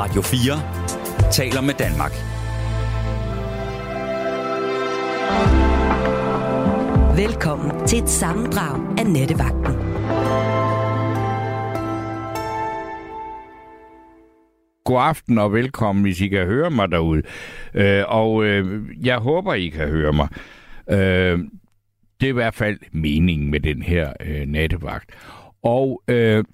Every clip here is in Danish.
Radio 4 taler med Danmark. Velkommen til et sammendrag af Nattevagten. God aften og velkommen, hvis I kan høre mig derude. Jeg håber, I kan høre mig. Det er i hvert fald meningen med den her nattevagt. Og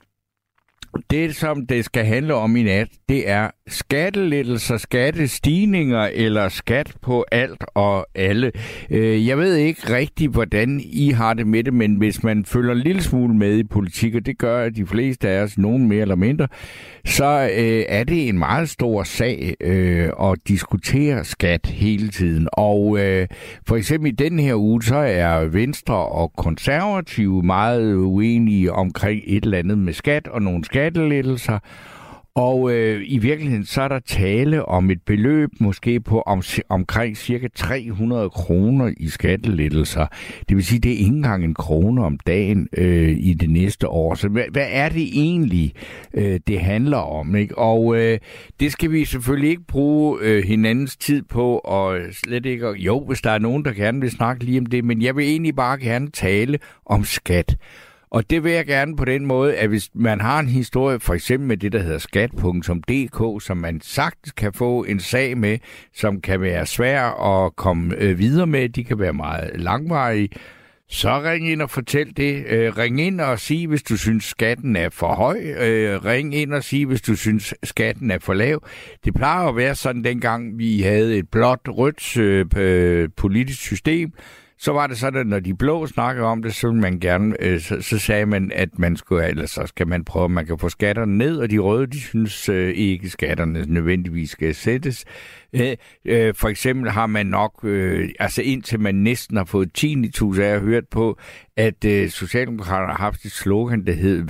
det, som det skal handle om i nat, det er skattelettelser, skattestigninger eller skat på alt og alle. Jeg ved ikke rigtig, hvordan I har det med det, men hvis man følger en lille smule med i politik, og det gør de fleste af os, nogen mere eller mindre, så er det en meget stor sag at diskutere skat hele tiden. Og for eksempel i den her uge, så er Venstre og Konservative meget uenige omkring et eller andet med skat og nogle skattelettelser. Og i virkeligheden så er der tale om et beløb måske på omkring cirka 300 kroner i skattelettelser. Det vil sige, det er ikke engang en krone om dagen i det næste år. Så hvad er det egentlig, det handler om? Ikke? Og det skal vi selvfølgelig ikke bruge hinandens tid på, og slet ikke. Jo, hvis der er nogen, der gerne vil snakke lige om det, men jeg vil egentlig bare gerne tale om skat. Og det vil jeg gerne på den måde, at hvis man har en historie, for eksempel med det, der hedder skat.dk, som man sagtens kan få en sag med, som kan være svær at komme videre med, de kan være meget langvarige, så ring ind og fortæl det. Ring ind og sig, hvis du synes, skatten er for høj. Ring ind og sig, hvis du synes, skatten er for lav. Det plejer at være sådan, dengang vi havde et blåt-rødt politisk system. Så var det sådan, at når de blå snakkede om det, så ville man gerne, så sagde man, at man skulle, eller så skal man prøve, at man kan få skatterne ned, og de røde, de synes ikke, skatterne nødvendigvis skal sættes. For eksempel har man nok, altså indtil man næsten har fået 10.000, jeg har hørt på, at Socialdemokraterne har haft et slogan, der hed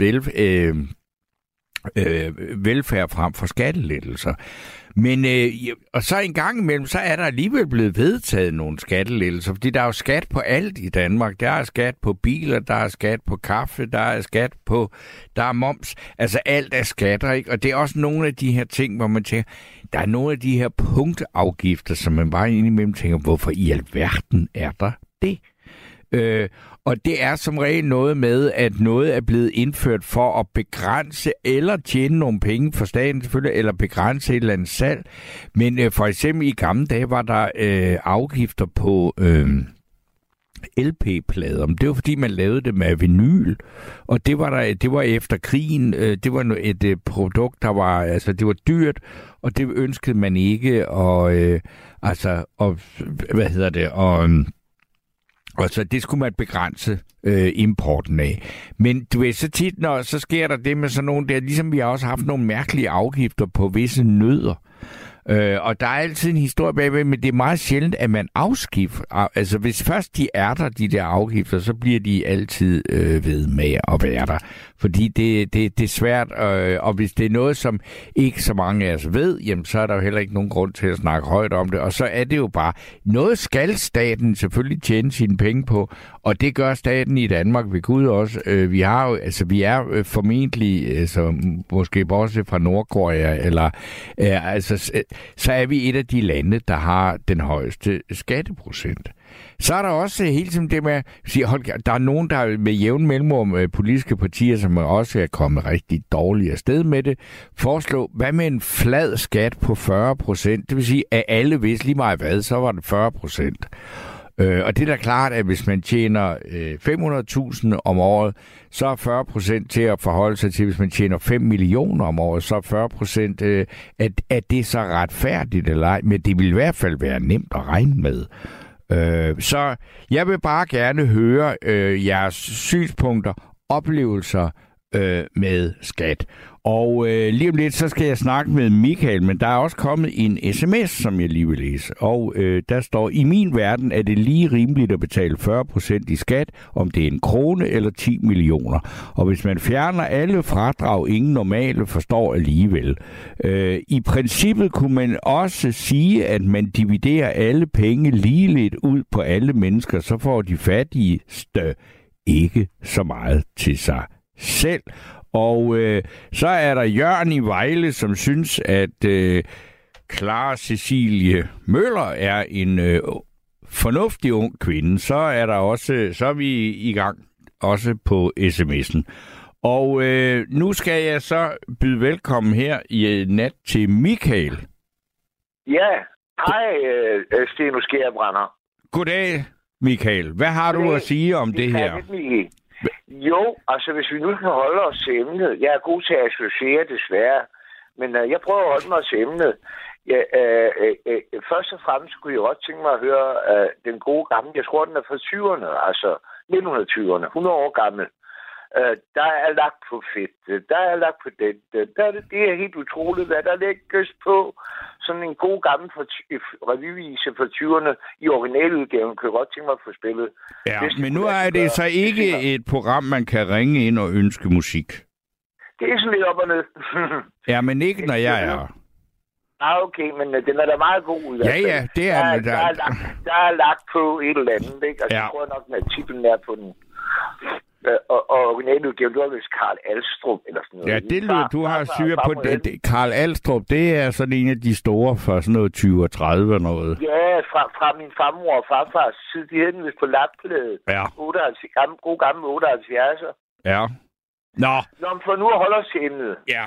velfærd frem for skattelettelser. Men, og så en gang imellem, så er der alligevel blevet vedtaget nogle skattelettelser, fordi der er jo skat på alt i Danmark. Der er skat på biler, der er skat på kaffe, der er moms. Altså alt er skatter, ikke? Og det er også nogle af de her ting, hvor man tænker, der er nogle af de her punktafgifter, som man bare indimellem tænker, hvorfor i alverden er der det? Og det er som regel noget med, at noget er blevet indført for at begrænse eller tjene nogle penge for staten selvfølgelig, eller begrænse et eller andet salg. Men for eksempel i gamle dage var der afgifter på LP-plader. Det var fordi, man lavede det med vinyl, og det var efter krigen. Det var et produkt, der var, altså det var dyrt, og det ønskede man ikke, og så det skulle man begrænse importen af. Men du ved, så tit, så sker der det med sådan nogle der, ligesom vi har også haft nogle mærkelige afgifter på visse nødder. Og der er altid en historie bagved, men det er meget sjældent, at man afskifter. Altså, hvis først de er der, de der afgifter, så bliver de altid ved med at være der. Fordi det er svært, og hvis det er noget, som ikke så mange af os ved, jamen, så er der jo heller ikke nogen grund til at snakke højt om det. Og så er det jo bare, noget skal staten selvfølgelig tjene sine penge på, og det gør staten i Danmark ved Gud også. Vi er formentlig, altså, måske bortset fra Nordkorea, eller så er vi et af de lande, der har den højeste skatteprocent. Så er der også hele tiden det med at sige, der er nogen, der med jævn mellemrum politiske partier, som også er kommet rigtig dårligt afsted med det, foreslå, hvad med en flad skat på 40%? Det vil sige, at alle hvis lige meget hvad, så var det 40%. Og det er da klart, at hvis man tjener 500.000 om året, så er 40% til at forholde sig til, hvis man tjener 5 millioner om året, så er 40%, at det er så retfærdigt eller ej. Men det vil i hvert fald være nemt at regne med. Så jeg vil bare gerne høre jeres synspunkter, oplevelser med skat. Og lige om lidt, så skal jeg snakke med Michael, men der er også kommet en sms, som jeg lige vil læse. Og der står, i min verden er det lige rimeligt at betale 40% i skat, om det er 1 krone eller 10 millioner. Og hvis man fjerner alle fradrag, ingen normale forstår alligevel. I princippet kunne man også sige, at man dividerer alle penge ligeligt ud på alle mennesker, så får de fattigste ikke så meget til sig selv. Og så er der Jørgen i Vejle, som synes, at Clara Cecilie Møller er en fornuftig ung kvinde. Så er vi i gang også på sms'en. Og nu skal jeg så byde velkommen her i nat til Michael. Ja, hej Steno Skærbrænder. Goddag, Michael. Hvad har du at sige om det her? Jo, altså hvis vi nu skal holde os til emnet. Jeg er god til at associere, desværre. Men jeg prøver at holde mig til emnet. Først og fremmest kunne jeg godt tænke mig at høre den gode gamle. Jeg tror, den er fra 20'erne, altså 1920'erne, 100 år gammel. Der er lagt på fedt, der er lagt på det. Det er helt utroligt, hvad der lægges på. Sådan en god gammel revyvise fra 20'erne i originaludgaven, kan jeg godt tænke mig at få spillet. Ja, men nu er det så ikke et program, man kan ringe ind og ønske musik. Det er sådan lidt op og ned. Ja, men ikke når jeg er. Okay, men den er da meget god. Ja, det er den. Der er lagt på et eller andet, ikke? Altså, jeg tror nok, at titlen er på den. Og originaludgaven, du har vist Karl Alstrup eller sådan noget. Ja, det lyder, du har styr på det. Karl Alstrup, det er sådan en af de store for sådan noget 20 og 30 og noget. Ja, fra min farmor og farfars side, de havde den vist på lapplade. Ja. 78, god gamle 78'er. Ja. Nå, men for nu at holde os til emnet. Ja.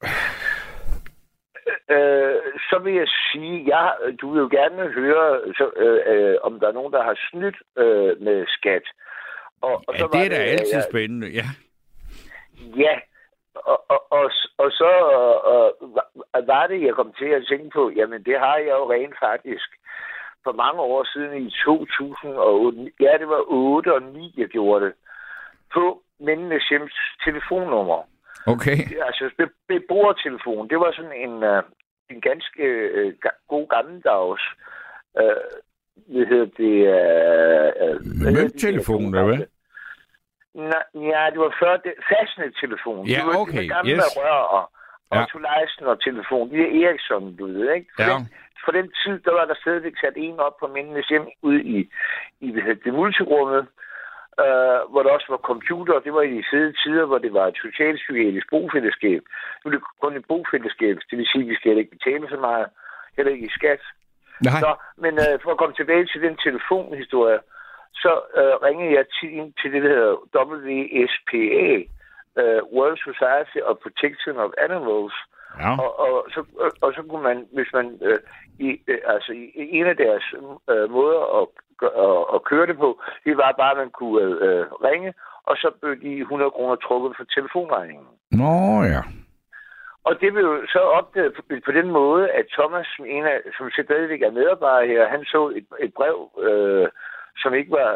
Så vil jeg sige, du vil jo gerne høre, om der er nogen, der har snydt med skat. Og så det er da altid spændende, ja. Ja, og så var det, jeg kom til at tænke på, jamen det har jeg jo rent faktisk for mange år siden i 2008, ja det var 8 og 9, jeg gjorde det, på Mændenes Hjems telefonnummer. Okay. Altså beboertelefon, det var sådan en ganske god gammeldags, hvad hedder det? Mønttelefon, eller hvad? Ja, det var før fastnettelefon. Ja, okay, det var gamle rør og Tolajsen og telefon. Det er Ericsson, du ved, ikke? For den tid, der var der stadigvæk sat en op på Mændenes Hjem ude i det multirummet, hvor der også var computer. Det var i de fede tider, hvor det var et socialpsykiatrisk bofællesskab. Nu er det kun et bofællesskab, det vil sige, at vi skal ikke betale så meget, heller ikke i skat. Så, men for at komme tilbage til den telefonhistorie, så ringede jeg til det, der hedder WSPA, World Society of Protection of Animals. Ja. Og så kunne man, hvis man i en af deres måder at køre det på, det var bare, at man kunne ringe, og så blev de 100 kroner trukket for telefonregningen. Nå ja. Og det blev jo så opdaget på den måde, at Thomas, som stadigvæk er medarbejder her, han så et brev, som ikke var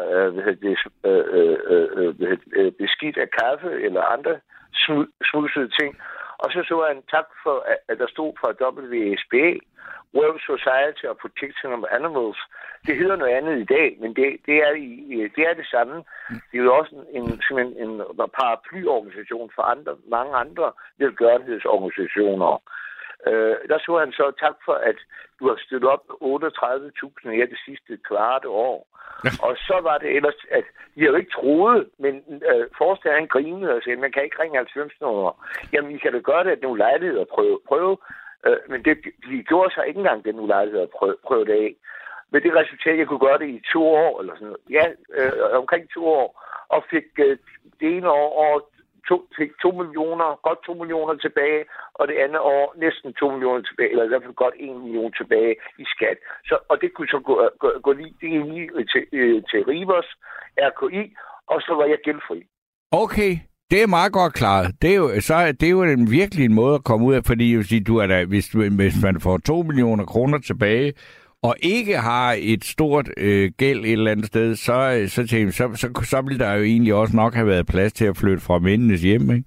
beskidt af kaffe eller andre smudsede ting. Og så han tak for, at der stod fra WSPA, World Society of Protection of Animals. Det hedder noget andet i dag, men det er det samme. Det er jo også en paraplyorganisation for mange andre velgørenhedsorganisationer. Der så han så tak for, at du har stillet op 38.000 her det sidste kvarte år. Og så var det ellers, at de havde ikke troet, men forstanderen grinede og sagde, man kan ikke ringe 90 nummer. Jamen, I kan da gøre det, at nogle lejligheder prøve. Men de gjorde så ikke engang den ulejlighed at prøve det af. Med det resultat, jeg kunne gøre det i 2 år, eller sådan noget. Ja, omkring 2 år. Og fik det ene år fik 2 millioner, godt 2 millioner tilbage, og det andet år næsten 2 millioner tilbage, eller i hvert fald godt 1 million tilbage i skat. Og det kunne så gå lige til Rivers, RKI, og så var jeg gældfri. Okay. Det er meget godt klaret. Det er jo virkelig en måde at komme ud af, fordi hvis man får 2 millioner kroner tilbage, og ikke har et stort gæld et eller andet sted, så vil der jo egentlig også nok have været plads til at flytte fra Mændenes Hjem, ikke?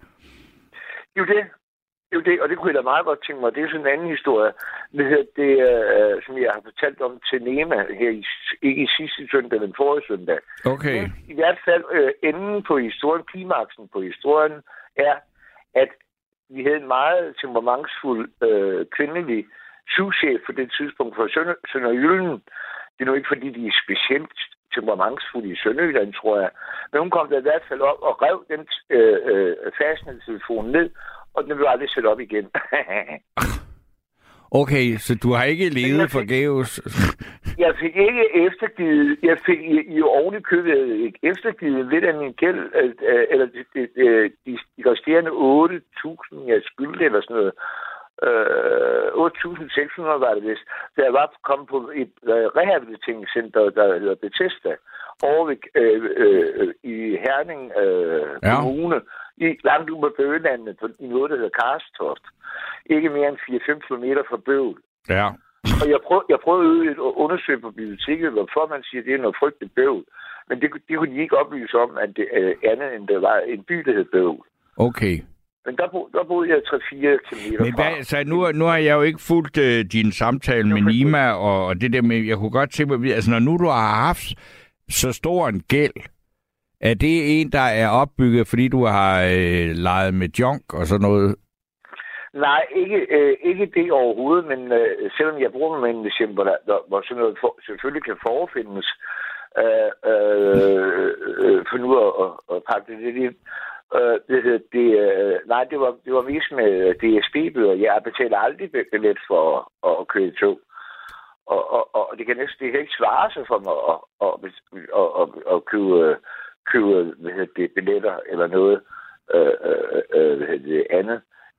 Jo, det, og det kunne jeg da meget godt tænke mig. Det er sådan en anden historie. Det som jeg har fortalt om til Nema her, ikke i sidste søndag, men forrige søndag. Okay. Men i hvert fald enden på historien, klimaksen på historien, er, at vi havde en meget temperamentsfuld kvindelig souschef på det tidspunkt for Sønderjylland. Det er nu ikke, fordi de er specielt temperamentsfuld i Sønderjylland, tror jeg. Men hun kom da i hvert fald op og rev den fastnettelefon ned, og den blev aldrig sat op igen. Okay, så du har ikke levet forgæves? Jeg fik ikke eftergivet. Jeg fik i oven i købet eftergivet lidt af min gæld, eller de resterende 8.000, jeg skyldte, eller sådan noget. 8.600 var det vist. Da jeg var kommet på et rehabiliteringscenter, der hedder Bethesda, over i Herning Kommune, langt ude på Bøgelandet, i noget, der hedder Karstoft. Ikke mere end 4-5 kilometer fra Bøvl. Ja. Og jeg prøvede at undersøge på biblioteket, hvorfor man siger, at det er noget frygteligt Bøvl. Men det kunne de ikke oplyse om, at det andet end der var en by, der hed Bøvl. Okay. Men der boede jeg 3-4 kilometer fra. Så nu har jeg jo ikke fulgt din samtale med Nima, og det der med, jeg kunne godt tænke mig, altså når nu du har haft så stor en gæld, er det en, der er opbygget, fordi du har leget med junk og sådan noget? Nej, ikke det overhovedet, men selvom jeg bruger mig en december, hvor sådan noget selvfølgelig kan forefindes, for nu at pakke det lidt ind. Det var mest med DSB-bøger. Jeg betaler aldrig billet for at køre i tog. Og det kan ikke svare sig for mig at købe billetter eller noget andet.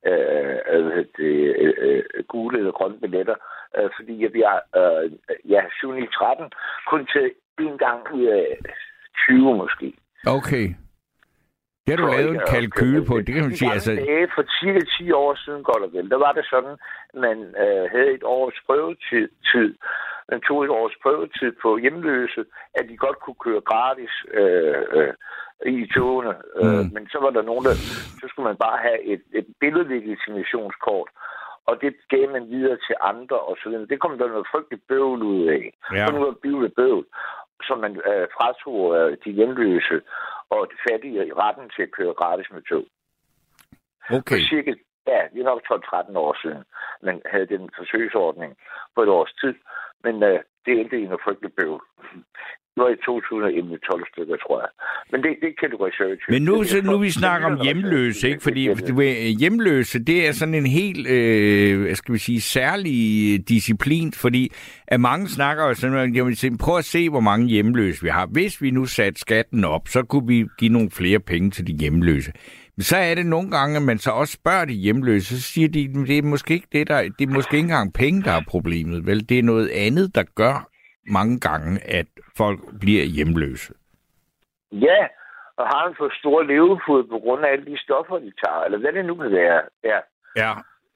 Gule eller grønne billetter, fordi jeg bliver 7-13 kun til en gang ud af 20 måske. Okay. Det har du lavet en kalkyl på, det kan man sige. Altså... For 10 år siden, godt og vel, der var det sådan, at man havde et års prøvetid. Man tog et års prøvetid på hjemløse, at de godt kunne køre gratis i togene. Men så var der nogen, så skulle man bare have et billedlegitimationskort, og det gav man videre til andre og så videre. Det kom der noget frygteligt bøvl ud af. Ja. Så nu var det bøvl, som man fratog de hjemløse og de fattige i retten til at køre gratis med tog. Okay. Cirka, det er nok 12-13 år siden, man havde den forsøgsordning på et års tid, men det endte i noget frygteligt bøvl. Det var i 2011, 12 stykker, tror jeg. Men det kan du researche. Men nu vi snakker om hjemløse, ikke? Fordi hjemløse, det er sådan en helt, særlig disciplin, fordi at mange snakker jo sådan, prøv at se, hvor mange hjemløse vi har. Hvis vi nu satte skatten op, så kunne vi give nogle flere penge til de hjemløse. Men så er det nogle gange, at man så også spørger de hjemløse, så siger de, det er måske ikke det er måske ikke engang penge, der er problemet, vel? Det er noget andet, der gør mange gange, at folk bliver hjemløse. Ja, og har en for stor levefod på grund af alle de stoffer, de tager, eller hvad det nu kan være. Ja.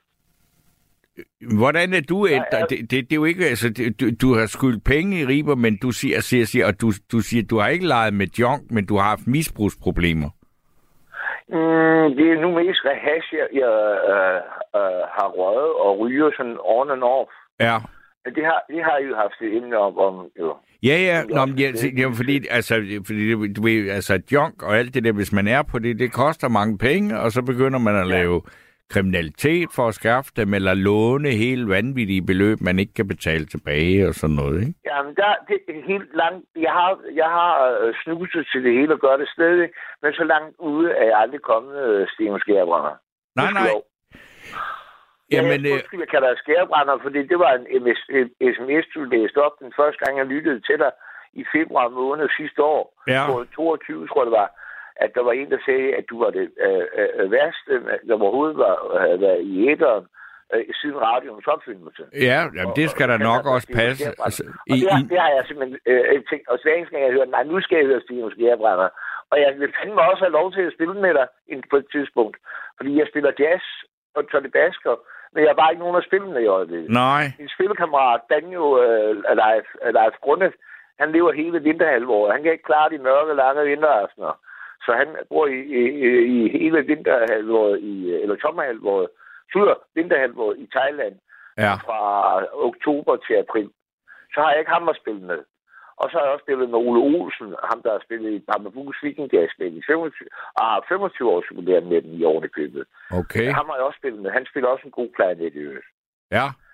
Hvordan er du det er jo ikke, altså, du har skyldt penge i riber, men du siger, og du siger, du har ikke leget med junk, men du har haft misbrugsproblemer. Det er nu mest rehash, jeg har røget og ryger sådan on and off. Ja. Men det har I jo haft det emne om jo. Ja. Fordi du ved, altså junk og alt det der, hvis man er på det koster mange penge, og så begynder man at lave kriminalitet for at skaffe dem, eller låne helt vanvittige beløb, man ikke kan betale tilbage og sådan noget, ikke? Jamen, det er helt langt. Jeg har snuset til det hele og gør det stadig, men så langt ude er jeg aldrig kommet, Stine Skærbrænder. Nej. Jamen, jeg kalder dig Skærbrænder, fordi det var en sms, du læste op den første gang, jeg lyttede til dig i februar måned sidste år. Ja. På 22, tror jeg det var, at der var en, der sagde, at du var det værste, der overhovedet havde været i æteren siden radioens opfindelse. Ja, jamen, det skal der nok også passe. Altså, det har jeg simpelthen tænkt, og hver eneste gang jeg hørte, nej, nu skal jeg høre Stine Skærbrænder. Og jeg vil fandme også have lov til at spille med dig på et tidspunkt, fordi jeg spiller jazz og Tony Basker, men jeg har bare ikke nogen at spille med i øjeblikket. Nej. Min spillekammerat, Daniel Leif Grunde, han lever hele vinterhalvåret. Han kan ikke klare de mørke, lange vinteraftener. Så han bor i hele vinterhalvåret, eller sommerhalvåret, vinterhalvåret i Thailand, fra oktober til april. Så har jeg ikke ham at spille med. Og så har jeg også spillet med Ole Olsen, ham der har spillet i Bamabus Viking Jazzband i 25 års jubilæum med den i årene købet. Okay. Ham har jeg også spillet med. Han spiller også en god klarinet i øvrigt. Ja.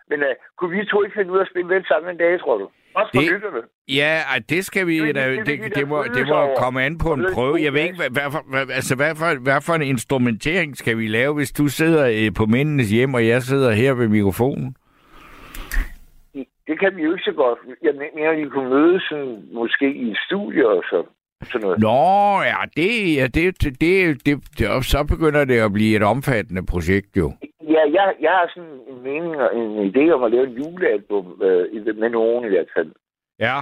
Men kunne vi to ikke finde ud af at spille vel sammen en dag, tror du? Også for lytterne. Ja, det skal vi. Det må komme an på en prøve. Jeg ved ikke, hvad for en instrumentering skal vi lave, hvis du sidder på mændenes hjem, og jeg sidder her ved mikrofonen? Det kan vi jo ikke så godt. Jeg mener, at vi kunne mødes sådan, måske i et studie og sådan noget. Nå, ja, så begynder det at blive et omfattende projekt, jo. Ja, jeg har sådan en mening og en idé om at lave et julealbum med nogen i hvert fald. Ja.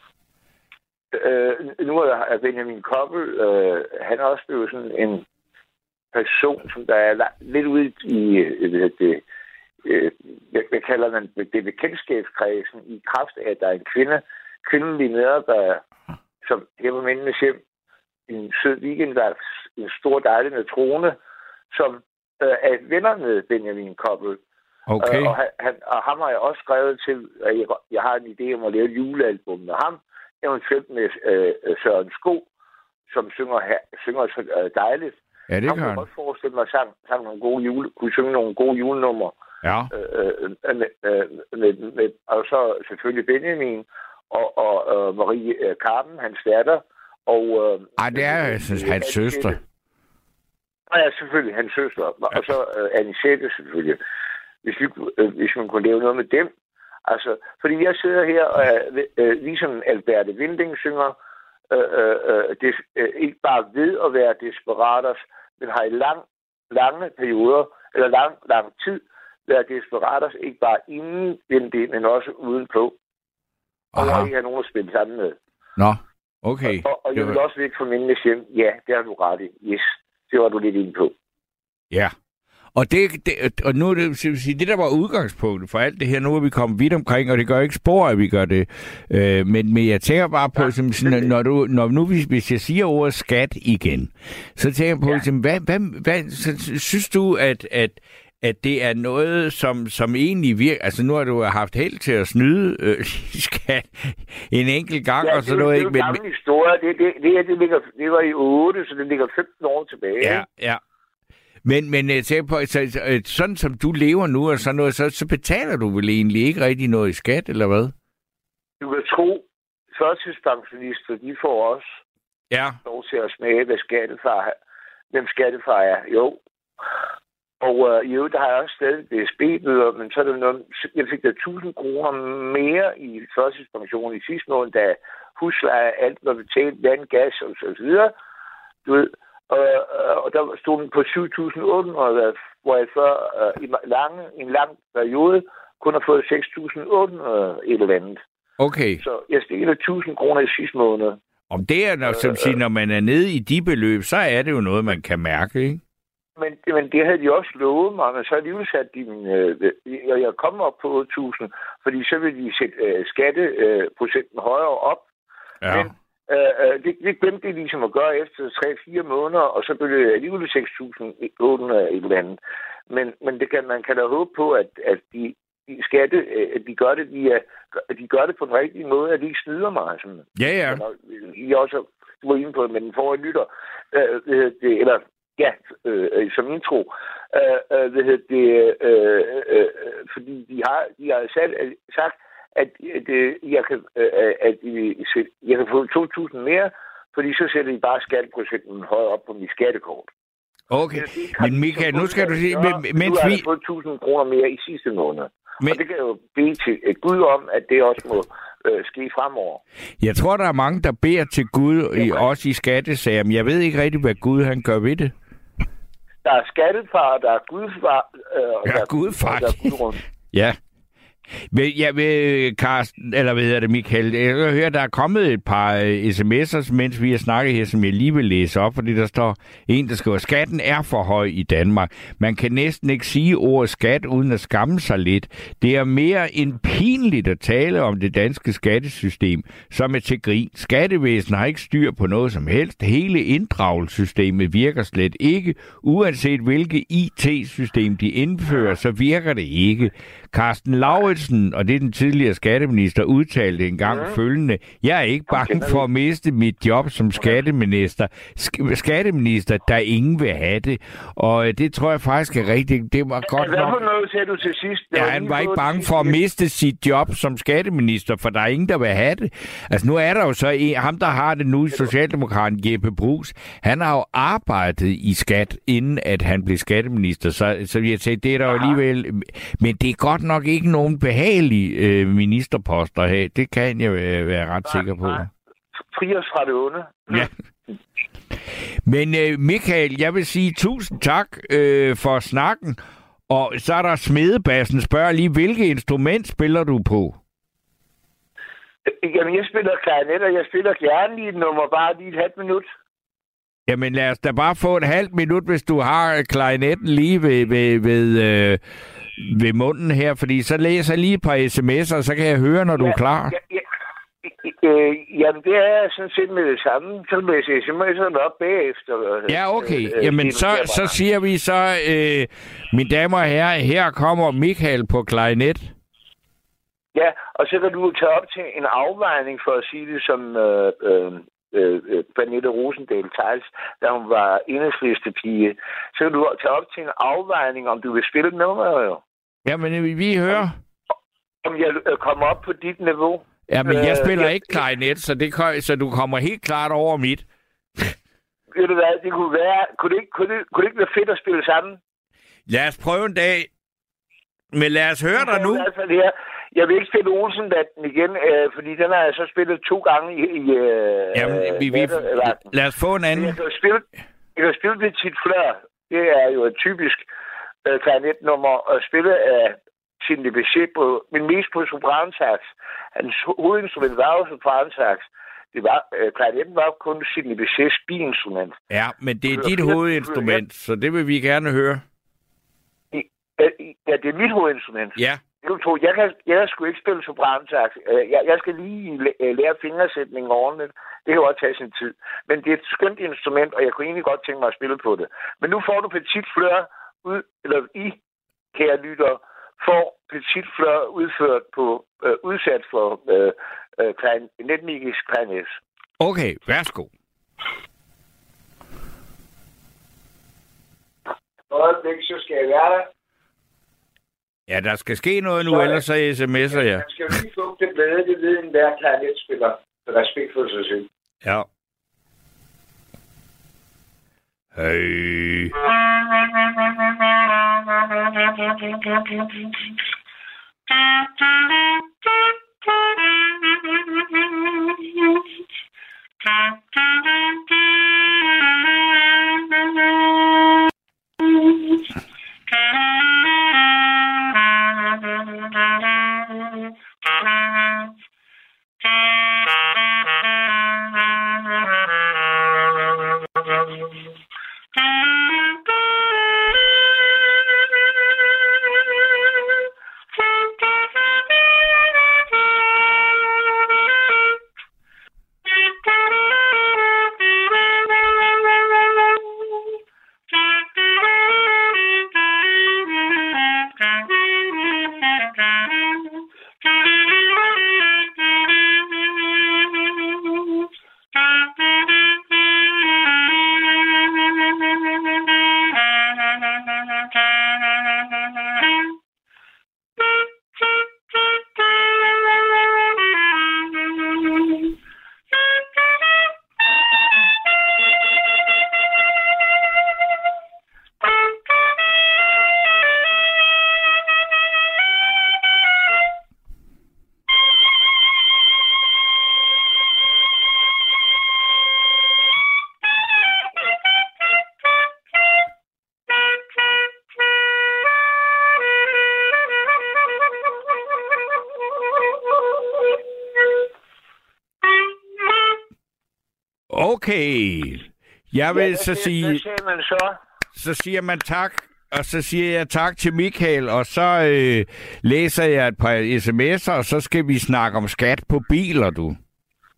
Nu er Benjamin Koppel, han er også blevet sådan en person, som der er lidt ude i hvad kalder man det, bekendtskabskredsen, i kraft af, at der er en kvindelig medarbejder, som her på Mændenes Hjem, en sød weekendvært, en stor dejlig matrone, som er venner med Benjamin Koppel. Okay. Og ham har jeg også skrevet til, at jeg har en idé om at lave et julealbum med ham, eventuelt med Søren Sko, som synger så dejligt. Ja, det kan han. Godt forestille mig sang nogle gode kunne synge nogle gode julenummer. Ja. Og så selvfølgelig Benjamin og Marie Karpen, hans datter. Det er hans søster. Ja, selvfølgelig hans søster. Og så Anisette selvfølgelig. Hvis man kunne lave noget med dem. Altså, fordi jeg sidder her og ligesom Alberte Winding synger, ikke bare ved at være desperados, men har i lange perioder, eller lang tid, været desperados, ikke bare inden det, men også udenpå. Og jeg ikke har nogen at spille sammen med. Nå, okay. Og jeg vil også væk fra Mændenes Hjem. Ja, det har du ret i. Yes, det var du lidt inde på. Ja. Og nu er det der var udgangspunktet for alt det her. Nu er vi kommet vidt omkring, og det gør ikke spor, at vi gør det. Men jeg tænker bare på, hvis jeg siger ordet skat igen, så tænker jeg på, hvad synes du, at det er noget, som egentlig virker... Altså, nu har du haft held til at snyde skat en enkelt gang, og så noget ikke... Det er jo en gammel historie. Det var i 8, så det ligger 15 år tilbage. Ja. Men jeg tænker på, sådan som du lever nu, og sådan noget, så betaler du vel egentlig ikke rigtig noget i skat, eller hvad? Du kan tro, førtidspensionister, de får også lov til at smage, hvem skattefar er. Jo. Og der har jeg også stadig DSB-bøder, men så er det noget... Jeg fik da 1.000 kroner mere i førtidspension i sidste måned, da husleje, alt var betalt, vand, gas og så videre. Du ved, og der stod den på 7.800, hvor jeg før i en lang periode kun har fået 6.800 et eller andet. Okay. Så jeg stikker 1.000 kroner i sidste måned. Om det er, som siger, når man er nede i de beløb, så er det jo noget, man kan mærke, ikke? Men det havde de også lovet mig, men så alligevel satte de jeg kom op på 8.000, fordi så ville de sætte skatteprocenten højere op. Ja. Men det glemte de ligesom at gøre efter 3-4 måneder, og så blev det alligevel 6.800 et eller andet. Men man kan da håbe på, at de gør det, de gør det på den rigtige måde, at de ikke snyder mig. Sådan. Ja. I også var inde på det, men den forrige lytter, som intro, fordi de har sagt, at jeg kan få 2.000 mere, fordi så sætter de bare skatteprocenten højere op på mit skattekort. Okay, men Michael, nu skal du sige... Nu har jeg fået 1.000 kroner mere i sidste måned. Og det kan jo bede til Gud om, at det også må ske fremover. Jeg tror, der er mange, der beder til Gud, også i skattesager, men jeg ved ikke rigtig, hvad Gud han gør ved det. Der er skattefar, der er gudfar, og der er gudrund. Ja. Carsten, eller hvad hedder det, Michael? Jeg hører, der er kommet et par sms'er, mens vi har snakket her, som jeg lige vil læse op, fordi der står en, der skriver, skatten er for høj i Danmark. Man kan næsten ikke sige ordet skat, uden at skamme sig lidt. Det er mere end pinligt at tale om det danske skattesystem, som er til grin. Skattevæsenet har ikke styr på noget som helst. Hele inddragelsessystemet virker slet ikke. Uanset hvilket IT-system de indfører, så virker det ikke. Carsten Lauritsen Nielsen, og det er den tidligere skatteminister, udtalte engang følgende: jeg er ikke bange for at miste mit job som skatteminister, der ingen vil have det. Og det tror jeg faktisk er rigtigt. Det var godt nok. Hvad for noget sagde du til sidst? Ja, han var ikke bange for at miste sit job som skatteminister, for der er ingen, der vil have det. Altså nu er der jo så ham, der har det nu i Socialdemokraten, Jeppe Bruus. Han har jo arbejdet i skat, inden at han blev skatteminister. Så jeg sagde, det er der jo alligevel. Men det er godt nok ikke nogen behagelig ministerposter her. Det kan jeg være ret sikker på. Fri os fra det onde. Ja. Men Michael, jeg vil sige tusind tak for snakken. Og så er der Smedebassen, spørger lige, hvilket instrument spiller du på? Jamen, jeg spiller klarinet, og jeg spiller gerne lige et nummer, bare lige et halvt minut. Jamen, lad os da bare få et halvt minut, hvis du har klarinetten lige ved munden her, fordi så læser jeg lige et par sms'er, og så kan jeg høre, når du er klar. Jamen, det er sådan set med det samme. Så læser jeg sms'erne op bagefter. Ja, okay. Jamen, så siger vi så, mine damer og herrer, her kommer Michael på klarinet. Ja, og så kan du tage op til en afvejning, for at sige det som Pernille Rosendahl Theils, da hun var Enhedslistepige. Så kan du tage op til en afvejning, om du vil spille nummer, jo. Jamen, vi hører. Om jeg kommer op på dit niveau. Ja, men jeg spiller ikke klarinet, så du kommer helt klart over mit. Ved du hvad, det kunne være... Kunne det ikke være fedt at spille sammen? Lad os prøve en dag. Men lad os høre dig nu. Jeg vil ikke spille Olsen-banden igen, fordi den har jeg så spillet 2 gange i jamen, lad os få en anden. Jeg kan spille Petit Fleur. Det er jo et typisk klarinetnummer at spille af Sidney Bechet på, men mest på sopransax. Hans hovedinstrument var jo sopransax. Det var, klarinetten var kun Sidney Bechets biinstrument. Ja, men det er dit hovedinstrument, så det vil vi gerne høre. Ja, det er mit hovedinstrument. Ja. Jeg kan sgu ikke spille sopransax. Jeg skal lige lære fingersætningen ordentligt. Det kan godt tage sin tid. Men det er et skønt instrument, og jeg kunne egentlig godt tænke mig at spille på det. Men nu får du Petit Fleur kære lytter, får Petit Fleur udført på udsat for netmikisk klarinet. Okay, værsgo. Så skal jeg være der. Ja, der skal ske noget nu, ellers så sms'er jeg. Man skal jo lige få det blade, det ved enhver klarinetspiller. Respekt for sig selv. Ja. Hey. Okay. Jeg vil så sige... Hvad siger man så? Så siger man tak, og så siger jeg tak til Michael, og så læser jeg et par sms'er, og så skal vi snakke om skat på biler, du.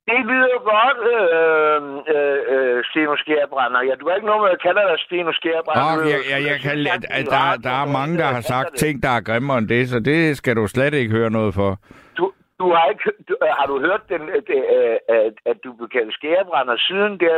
Det lyder godt, Steno Skærbrænder. Ja, du har ikke noget med at kalde dig Steno Skærbrænder. Jeg kan der er mange, der har sagt ting, der er grimmere end det, så det skal du slet ikke høre noget for. Du har ikke... har du hørt at du blev kaldt Skærbrænder siden der...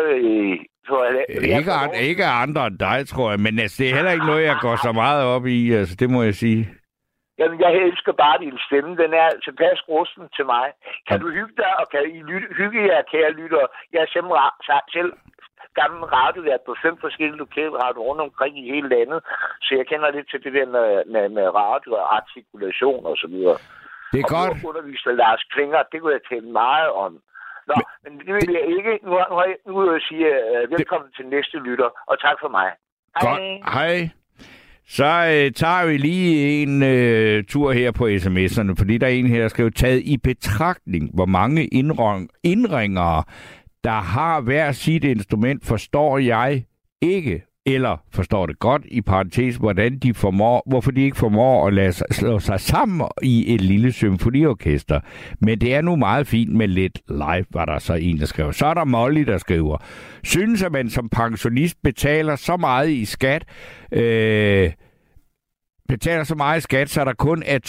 Ikke andre end dig, tror jeg, men altså, det er heller ikke noget, jeg går så meget op i, altså, det må jeg sige. Jamen, jeg elsker bare din stemme. Den er tilpas rusten til mig. Kan du hygge dig, og kan I hygge jer, kære lyttere? Jeg er selv gammel radiovært på 5 forskellige lokalradioer rundt omkring i hele landet, så jeg kender lidt til det der med radio og artikulation og så videre. Det er og godt. Og underviser Lars Klinger, det kunne jeg tale meget om. Nå, men det vil jeg ikke. Nu vil jeg sige velkommen til næste lytter, og tak for mig. Hej. Godt. Hej. Så tager vi lige en tur her på sms'erne, fordi der er en her, der skal taget i betragtning, hvor mange indringere, der har hver sit instrument, forstår jeg ikke, eller forstår det godt, i parentes, hvorfor de ikke formår at slå sig sammen i et lille symfoniorkester. Men det er nu meget fint med lidt live, var der så en, der skriver. Så er der Molly, der skriver, synes, at man som pensionist betaler så meget i skat, så der kun er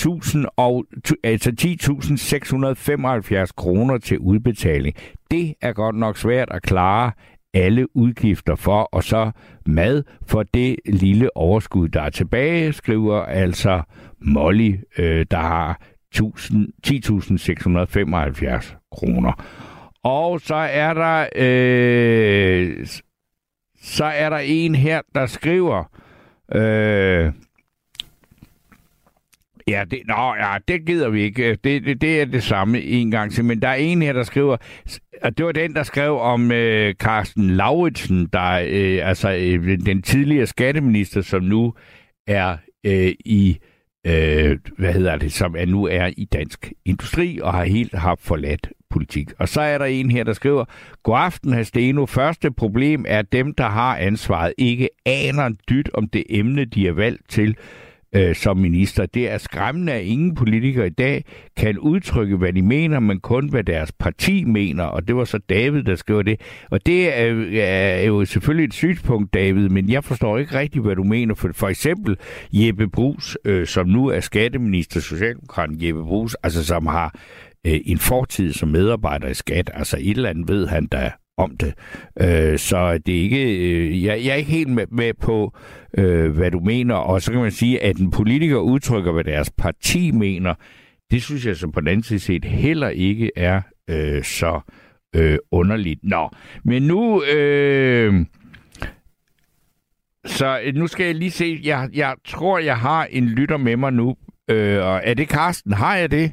10.675 kroner til udbetaling. Det er godt nok svært at klare alle udgifter for, og så mad for det lille overskud, der er tilbage, skriver altså Molly, der har 10.675 kroner. Og så er der en her, der skriver, det gider vi ikke. Det er det samme en gang til. Men der er en her, der skriver, og det var den, der skrev om Carsten Lauritsen, der den tidligere skatteminister, som nu er nu er i Dansk Industri og har helt haft forladt politik. Og så er der en her, der skriver, god aften, hr. Steno. Første problem er, at dem, der har ansvaret, ikke aner en dyt om det emne, de er valgt til som minister. Det er skræmmende, at ingen politikere i dag kan udtrykke, hvad de mener, men kun hvad deres parti mener. Og det var så David, der skrev det. Og det er jo selvfølgelig et synspunkt, David, men jeg forstår ikke rigtigt, hvad du mener. For eksempel Jeppe Bruus, som nu er skatteminister, socialdemokraten Jeppe Bruus, altså som har en fortid som medarbejder i skat. Altså et eller andet ved han da om det. Så det er ikke... Jeg er ikke helt med på, hvad du mener. Og så kan man sige, at en politiker udtrykker, hvad deres parti mener. Det synes jeg så på den anden side set heller ikke er så underligt. Nå, men nu... Så nu skal jeg lige se... Jeg tror, jeg har en lytter med mig nu. Og er det Carsten? Har jeg det?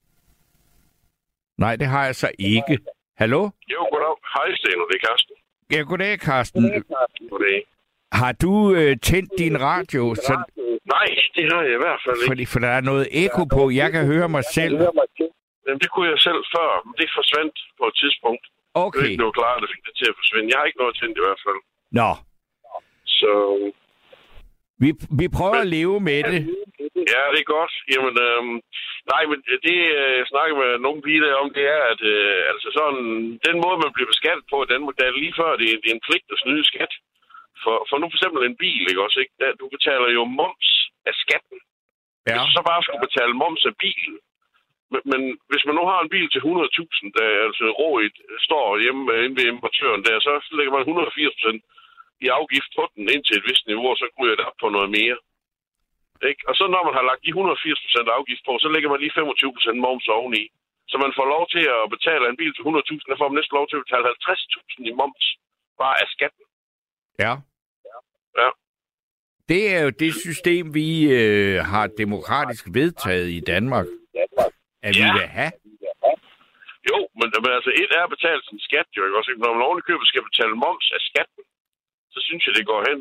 Nej, det har jeg så ikke. Hallo? Jo, goddag. Hej, Steno. Det er Carsten. Ja, goddag, Carsten. Goddag. Har du tændt din radio? Så... Nej, det har jeg i hvert fald ikke. For der er noget ekko på. Jeg kan høre mig selv. Jamen, det kunne jeg selv før, men det forsvandt på et tidspunkt. Okay. Det er ikke noget klart, der fik det til at forsvinde. Jeg har ikke noget tændt i hvert fald. Nå. Så... Vi prøver at leve med det. Ja, det er godt. Jamen, nej, men det jeg snakker med nogle biler om, det er, at altså sådan, den måde, man bliver beskattet på i Danmark, der er lige før, det er en pligt at snyde skat. For nu for eksempel en bil, ikke også? Ikke? Du betaler jo moms af skatten. Ja. Hvis du så bare skulle betale moms af bilen. Men hvis man nu har en bil til 100.000, der altså står hjemme inde ved importøren der, så lægger man 180% i afgift på den indtil et vist niveau, så ryger det op på noget mere. Ikke? Og så når man har lagt de 180% afgift på, så lægger man lige 25% moms oveni. Så man får lov til at betale en bil til 100.000, der får man næsten lov til at betale 50.000 i moms bare af skatten. Ja. Ja. Det er jo det system, vi har demokratisk vedtaget i Danmark, at vi vil have. Jo, men altså et er at betale sin skat, jo ikke også? Når man oven i købet skal betale moms af skatten, så synes jeg, det går hen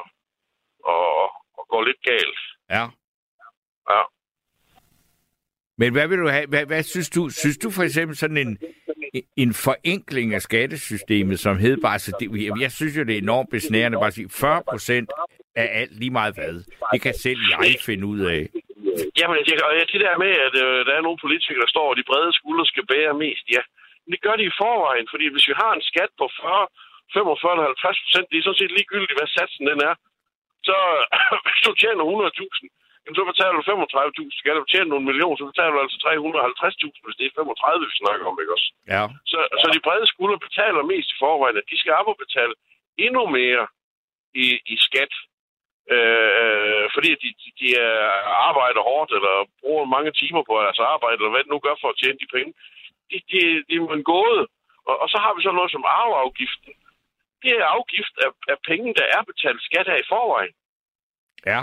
og går lidt galt. Ja. Ja. Men hvad vil du have? Hvad synes du? Synes du for eksempel sådan en forenkling af skattesystemet, som hed bare... Så det, jeg synes jo, det er enormt besnærende bare at sige 40% af alt lige meget hvad. Det kan selv jeg finde ud af. Jamen, det der med, at der er nogle politikere, der står, og de brede skuldre skal bære mest. Ja, Men det gør de i forvejen, fordi hvis vi har en skat på 40, 45 eller 50%, det er sådan set ligegyldigt, hvad satsen den er. Så hvis du tjener 100.000, så betaler du 35.000. Skal du tjene nogle millioner, så betaler du altså 350.000, hvis det er 35, vi snakker om, ikke også? Ja. Så de brede skuldre betaler mest i forvejen, at de skal op og betale endnu mere i skat. Fordi de arbejder hårdt, eller bruger mange timer på deres arbejde, eller hvad det nu gør for at tjene de penge. De er en gåde. Og så har vi så noget som arveafgiften. Det er afgift af penge, der er betalt skat af i forvejen. Ja.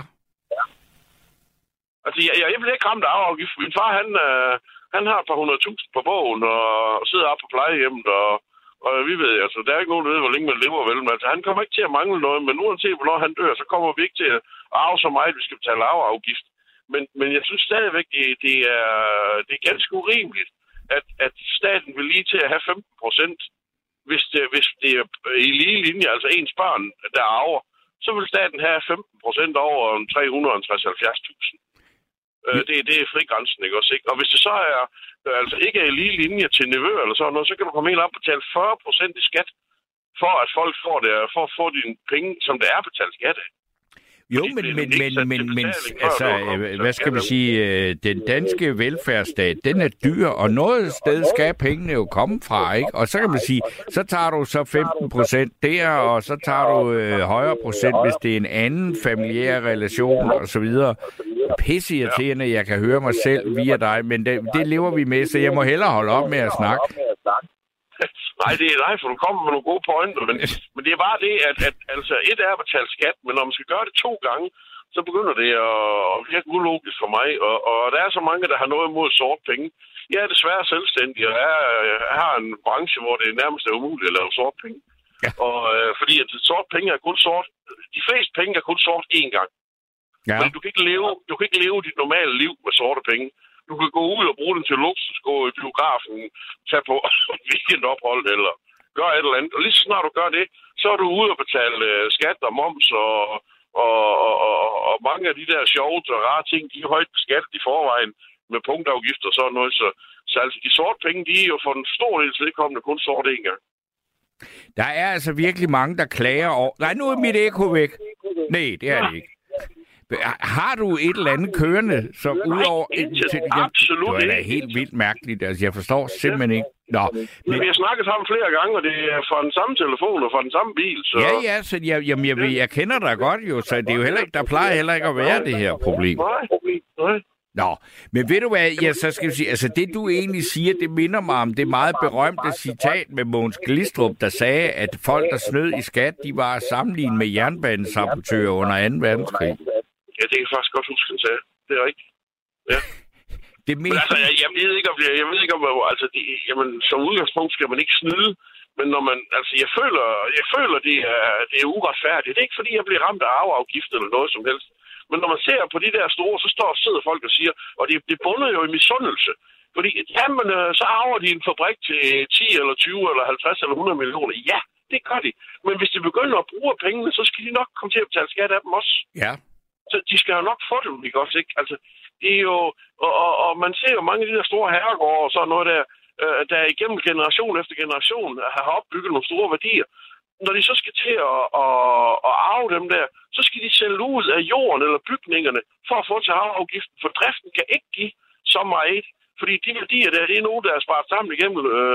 Altså, jeg bliver ikke ramt af arveafgift. Min far, han har et par 100.000 på bogen, og sidder op på plejehjemmet, og vi ved, altså, der er ikke nogen, der ved, hvor længe man lever vel. Men altså, han kommer ikke til at mangle noget, men uanset hvornår han dør, så kommer vi ikke til at arve så meget, at vi skal betale arveafgift. Men jeg synes stadigvæk, det er ganske urimeligt, at staten vil lige til at have 15%, hvis det er i lige linje, altså ens børn, der arver, så vil staten have 15% over 360-70.000. Det er frigrænsen, ikke også? Ikke? Og hvis det så er altså ikke er i lige linje til nevø eller sådan noget, så kan du komme helt op og betale 40% i skat, for at folk får det, for at få dine penge, som der er betalt skat af. Jo, men altså, hvad skal man sige, den danske velfærdsstat, den er dyr, og noget sted skal pengene jo komme fra, ikke? Og så kan man sige, så tager du så 15% der, og så tager du højere procent, hvis det er en anden familiær relation, og så videre. Pisseirriterende, jeg kan høre mig selv via dig, men det lever vi med, så jeg må hellere holde op med at snakke. Nej, det er dig, for du kommer med nogle gode pointer, men det er bare det, at altså, et er at betale skat, men når man skal gøre det 2 gange, så begynder det at virke ulogisk for mig, og der er så mange, der har noget imod sort penge. Jeg er desværre selvstændig, og jeg har en branche, hvor det nærmest er umuligt at lave sort penge. Ja. Og fordi at sort penge er kun sort, de fleste penge er kun sort 1 gang. Ja. Men du kan ikke leve dit normale liv med sorte penge. Du kan gå ud og bruge den til luksus, gå i biografen, tage på weekendophold eller gøre et eller andet. Og lige så snart du gør det, så er du ude og betale skat og moms og mange af de der sjove og rare ting, de er højt beskattet i forvejen med punktafgifter og sådan noget. Så altså de sorte penge, de er jo for den store del vedkommende kun sort 1 gang. Der er altså virkelig mange, der klager over... Nej, nu er mit ekko væk. Nej, det er det ikke. Har du et eller andet kørende, som udover... Absolut ikke. Det er helt vildt mærkeligt. Altså, jeg forstår simpelthen ikke. Nå, men vi har snakket sammen flere gange, og det er fra den samme telefon og fra den samme bil. Så... Ja, så jeg kender dig godt jo, så det er jo heller ikke... Der plejer heller ikke at være det her problem. Nej. Nå, men ved du hvad, så skal vi sige, altså det du egentlig siger, det minder mig om det meget berømte citat med Mogens Glistrup, der sagde, at folk, der snød i skat, de var sammenlignet med jernbanesabotører under 2. verdenskrig. Ja, det kan jeg faktisk godt huske, han sagde. Det er rigtigt. Ja. Men altså, jeg ved ikke, om altså, jamen, som udgangspunkt skal man ikke snyde, men når man, altså, jeg føler det er uretfærdigt. Det er ikke, fordi jeg bliver ramt af arveafgift eller noget som helst. Men når man ser på de der store, så sidder folk og siger, og det bunder jo i misundelse. Fordi, jamen, så arver de en fabrik til 10 eller 20 eller 50 eller 100 millioner. Ja, det gør de. Men hvis de begynder at bruge pengene, så skal de nok komme til at betale skat af dem også. Ja. Så de skal jo nok få dem, ikke også, ikke? Altså, det er jo... Og man ser jo mange af de der store herregårde og sådan noget der igennem generation efter generation har opbygget nogle store værdier. Når de så skal til at arve dem der, så skal de sælge ud af jorden eller bygningerne for at få til arveafgiften, for driften kan ikke give så meget. Fordi de værdier der, det er nogen, der er sparet sammen igennem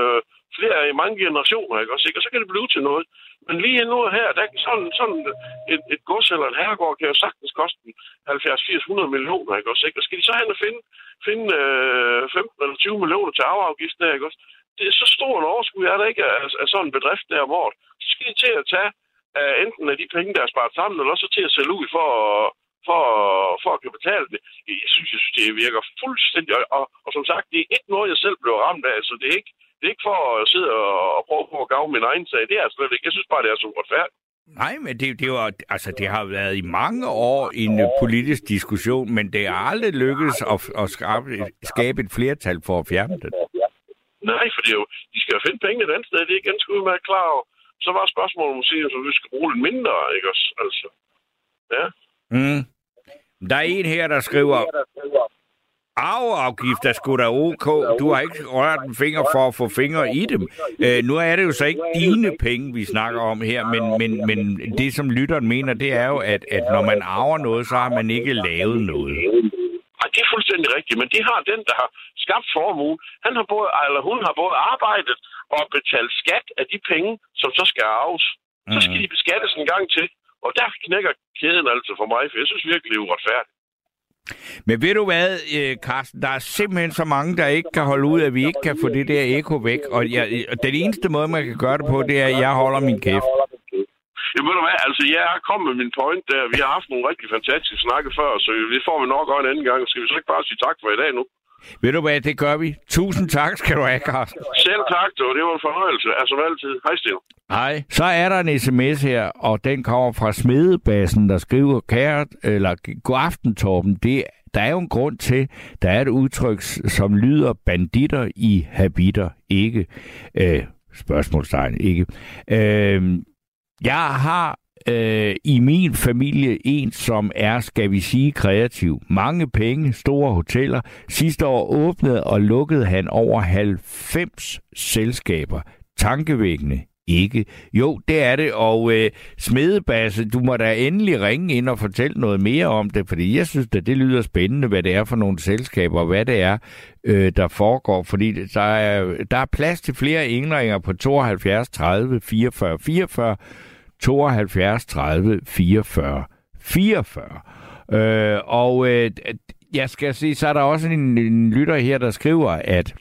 mange generationer, ikke også? Og så kan det blive til noget. Men lige nu her, der sådan et gods eller en herregård kan jo sagtens koste 70-80-100 millioner, ikke også? Og skal de så hen og finde 15 eller 20 millioner til arveafgiften der, ikke også? Det er så stor en overskud, er der ikke af sådan en bedrift der om året. Så skal de til at tage enten af de penge, der er sparet sammen, eller også til at sælge ud for at kan betale det. Jeg synes, det virker fuldstændig... Og som sagt, det er ikke noget, jeg selv blev ramt af. Så det er ikke for at sidde og prøve på at gave min egen sag. Det er slet ikke. Jeg synes bare, det er så uretfærdigt. Nej, men det har været i mange år en politisk diskussion, men det har aldrig lykkedes at skabe et flertal for at fjerne det. Nej, for de skal jo finde penge et andet sted. Det er ganske udmærket klar over. Så var spørgsmålet måske, om vi skal bruge lidt mindre, ikke også? Altså, ja. Der er en her, der skriver... Arveafgift er sgu da ok. Du har ikke rørt en finger for at få fingre i dem. Nu er det jo så ikke dine penge, vi snakker om her, men det, som lytteren mener, det er jo, at når man arver noget, så har man ikke lavet noget. Nej, det er fuldstændig rigtigt, men det har den, der har skabt formuen. Hun har både arbejdet og betalt skat af de penge, som så skal arves. Så skal de beskattes en gang til. Og der knækker kæden altså for mig, for jeg synes virkelig, det er uretfærdigt. Men ved du hvad, Carsten, der er simpelthen så mange, der ikke kan holde ud, at vi ikke kan få det der ekko væk. Og den eneste måde, man kan gøre det på, det er, at jeg holder min kæft. Ja, ved du hvad, altså jeg er kommet med min point der. Vi har haft nogle rigtig fantastiske snakke før, så det får vi nok en anden gang. Skal vi så ikke bare sige tak for i dag nu? Ved du hvad, det gør vi. Tusind tak skal du have, Carsten. Selv tak, det var en fornøjelse. Altså altid. Hej, Sten. Hej. Så er der en sms her, og den kommer fra Smedebassen, der skriver, god aften, Torben. Der er jo en grund til, der er et udtryk, som lyder banditter i habitter, ikke. Spørgsmålstegn, ikke. Jeg har i min familie en, som er, skal vi sige, kreativ. Mange penge, store hoteller. Sidste år åbnede og lukkede han over 90 selskaber. Tankevækkende. Ikke. Jo, det er det, og Smedebasse, du må da endelig ringe ind og fortælle noget mere om det, fordi jeg synes, at det lyder spændende, hvad det er for nogle selskaber, og hvad det er, der foregår, fordi der er plads til flere indringer på 72 30 44 44, 72 30 44 44. Jeg skal sige, så er der også en lytter her, der skriver,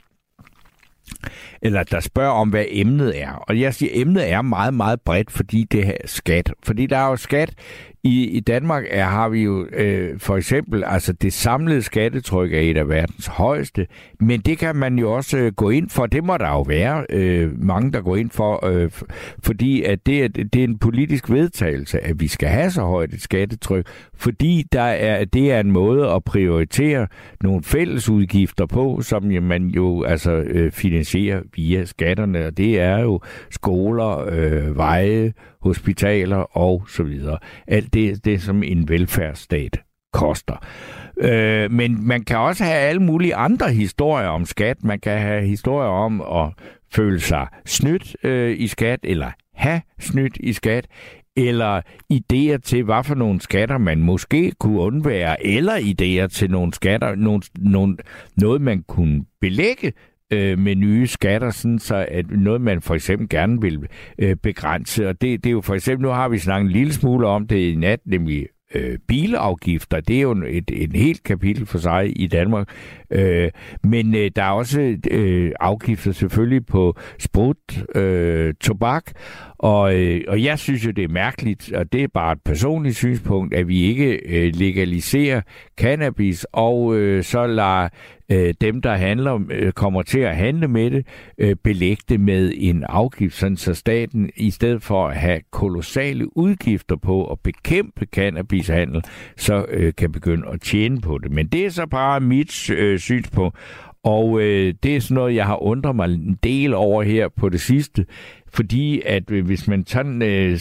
eller der spørger om, hvad emnet er. Og jeg siger, emnet er meget, meget bredt, fordi det er skat. Fordi der er jo skat. I Danmark har vi jo for eksempel, altså det samlede skattetryk er et af verdens højeste, men det kan man jo også gå ind for. Det må der jo være mange, der går ind for, fordi at det er en politisk vedtagelse, at vi skal have så højt et skattetryk, fordi det er en måde at prioritere nogle fællesudgifter på, som man jo altså finansierer via skatterne, og det er jo skoler, veje, hospitaler og så videre. Alt det som en velfærdsstat koster. Men man kan også have alle mulige andre historier om skat. Man kan have historier om at føle sig snydt i skat, eller have snydt i skat, eller idéer til, hvad for nogle skatter man måske kunne undvære, eller idéer til nogle skatter, noget man kunne belægge med nye skatter, sådan så at noget, man for eksempel gerne vil begrænse. Og det er jo for eksempel, nu har vi snakket en lille smule om det i nat, nemlig bilafgifter. Det er jo et helt kapitel for sig i Danmark. Men der er også afgifter selvfølgelig på sprut, tobak, og jeg synes jo, det er mærkeligt, og det er bare et personligt synspunkt, at vi ikke legaliserer cannabis, og så lader dem, der kommer til at handle med det, belægge det med en afgift, sådan så staten, i stedet for at have kolossale udgifter på at bekæmpe cannabishandel, så kan begynde at tjene på det. Men det er så bare mit synspunkt, og det er sådan noget, jeg har undret mig en del over her på det sidste, fordi at hvis man sådan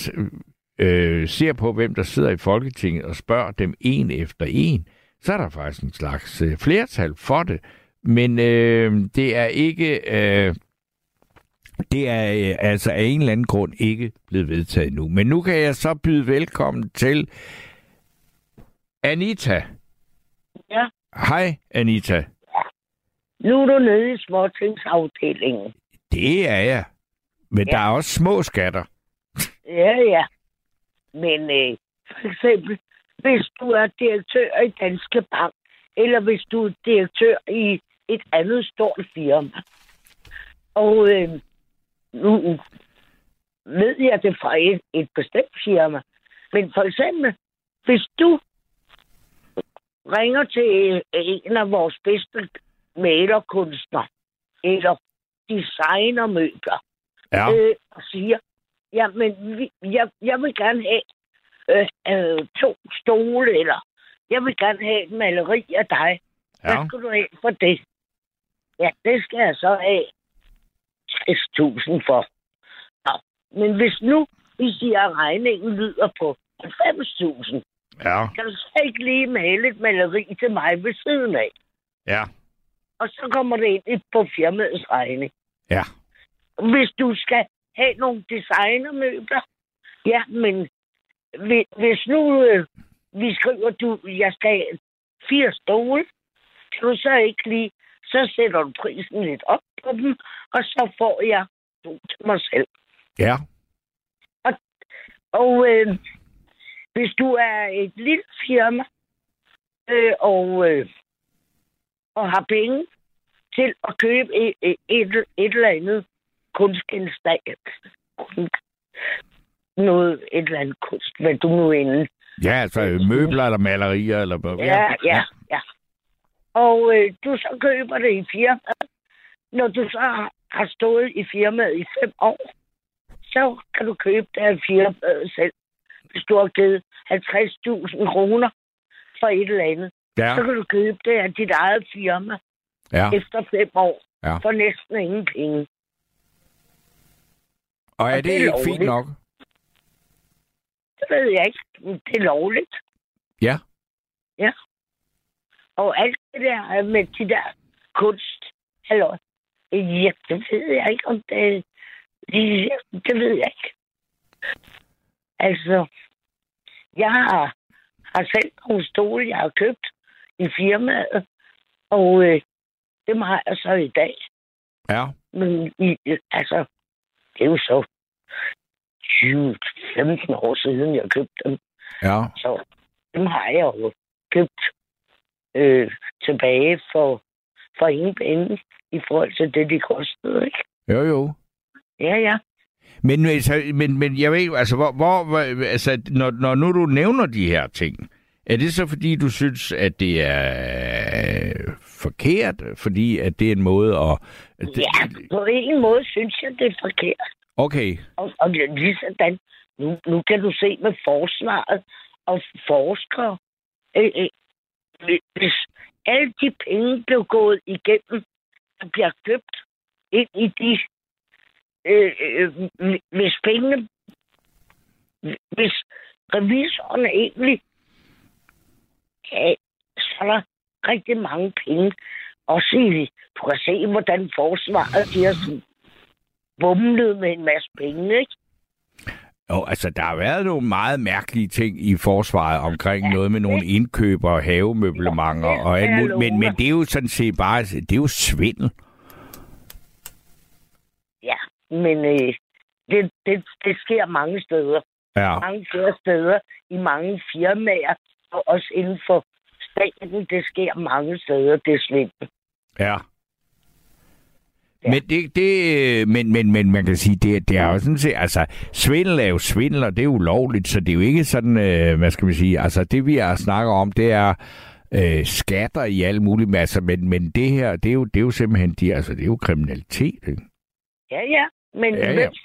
ser på, hvem der sidder i Folketinget og spørger dem en efter en, så er der faktisk en slags flertal for det. Men det er ikke... det er altså af en eller anden grund ikke blevet vedtaget nu. Men nu kan jeg så byde velkommen til Anita. Ja. Hej, Anita. Nu er du nede i småtingsafdelingen. Det er jeg. Men der er også små skatter. Ja. Men for eksempel, hvis du er direktør i Danske Bank, eller hvis du er direktør i et andet stort firma, og nu ved jeg det fra et bestemt firma, men for eksempel, hvis du ringer til en af vores bedste malerkunstnere, eller designermøbler, og siger, jamen, jeg vil gerne have 2 stole, eller jeg vil gerne have et maleri af dig. Hvad skal du have for det? Ja, det skal jeg så have 6.000 for. Ja. Men hvis nu vi siger, at regningen lyder på 90.000, kan du så ikke lige male et maleri til mig ved siden af? Ja. Og så kommer det ind på firmaets regning. Ja. Hvis du skal have nogle designermøbler, ja, men hvis nu vi skriver, jeg skal have 4 stole, kan du så ikke lige, så sætter du prisen lidt op på dem, og så får jeg 2 til mig selv. Ja. Og hvis du er et lille firma, og har penge til at købe et eller andet kunstgenstand, et eller andet kunst, hvad du nu inde. Ja, altså møbler eller malerier eller... Ja. Og du så køber det i firmaet. Når du så har stået i firmaet i 5 år, så kan du købe det af firmaet selv. Hvis du har givet 50.000 kroner for et eller andet, så kan du købe det af dit eget firma efter 5 år for næsten ingen penge. Og er det ikke fint nok? Det ved jeg ikke. Det er lovligt. Ja. Ja. Og alt det der med de der kunst, halløj, ja, det ved jeg ikke, om det... Det ved jeg ikke. Altså, jeg har selv nogle stole, jeg har købt i firmaet, og dem har jeg så i dag. Ja. Men altså, det er jo så 20-15 år siden, jeg købte dem. Ja. Så dem har jeg jo købt tilbage for ingen penge i forhold til det, de kostede, ikke? Jo. Ja. Men jeg ved jo, altså, altså, når nu du nævner de her ting, er det så fordi, du synes, at det er forkert? Fordi at det er en måde at... På en måde synes jeg, det er forkert. Okay. Og lige sådan, nu kan du se med forsvaret og forskere. Hvis alle de penge blev gået igennem, der bliver købt ind i de... hvis revisorerne egentlig så er der rigtig mange penge. Også du kan se, hvordan forsvaret de har bumlet med en masse penge, ikke? Jo, altså, der har været nogle meget mærkelige ting i forsvaret omkring noget med nogle indkøber og havemøblementer og alt muligt. Men det er jo sådan set bare, det er jo svindel. Ja, men det sker mange steder. Ja. Mange flere steder i mange firmaer, og også inden for staten, det sker mange steder, det svindel. Ja. Men man kan sige, det er jo sådan set, altså, svindel er jo svindel, og det er ulovligt, så det er jo ikke sådan, hvad skal man sige, altså, det vi snakker om, det er skatter i alle mulige masser, men det her, det er jo simpelthen, det er jo kriminalitet, ikke? Ja, men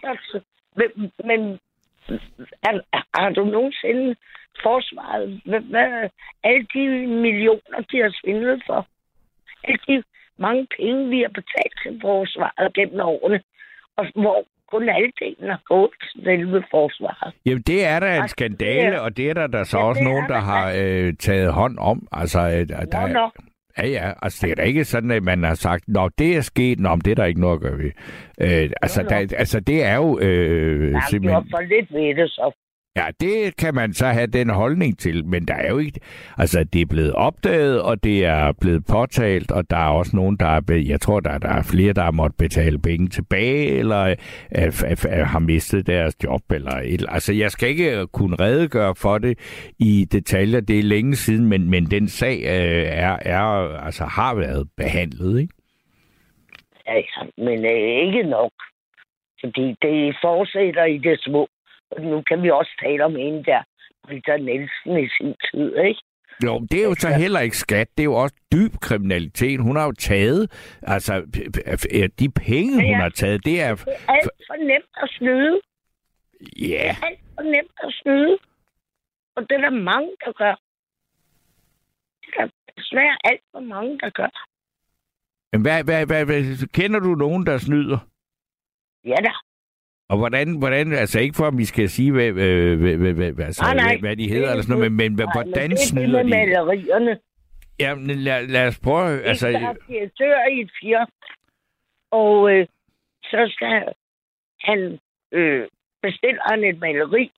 men har du nogensinde forsvaret, hvad alle de millioner, de har svindlet for? Alle de mange penge, vi har betalt til forsvaret gennem årene, og hvor kun halvdelen har gået til selve forsvaret. Jamen, det er da en skandale, og det er der så også nogen, der har taget hånd om. Altså, Ja, altså det er da ikke sådan, at man har sagt, det er sket, det er der ikke noget at gøre ved. Det er jo simpelthen... Det er for lidt ved det, så. Ja, det kan man så have den holdning til, men der er jo ikke... Altså, det er blevet opdaget, og det er blevet påtalt, og der er også nogen, jeg tror, der er flere, der har måttet betale penge tilbage, eller har mistet deres job, altså, jeg skal ikke kunne redegøre for det i detaljer, det er længe siden, men den sag altså, har været behandlet, ikke? Ja, men ikke nok. Fordi det fortsætter i det små. Og nu kan vi også tale om en der, Britta Nielsen i sin tid, ikke? Jo, det er jo så heller ikke skat. Det er jo også dyb kriminalitet. Hun har jo taget, altså, de penge, hun har taget, det er... Det er alt for nemt at snyde. Ja. Det er alt for nemt at snyde. Og det er der mange, der gør. Det er desværre alt for mange, der gør. Men kender du nogen, der snyder? Ja da. Og hvordan, altså ikke for, at vi skal sige, hvad de hedder, eller sådan noget, men hvordan snyder de? Malerierne. Jamen, lad os prøve. Altså, der er direktør i et firma, og så skal han bestiller han et maleri,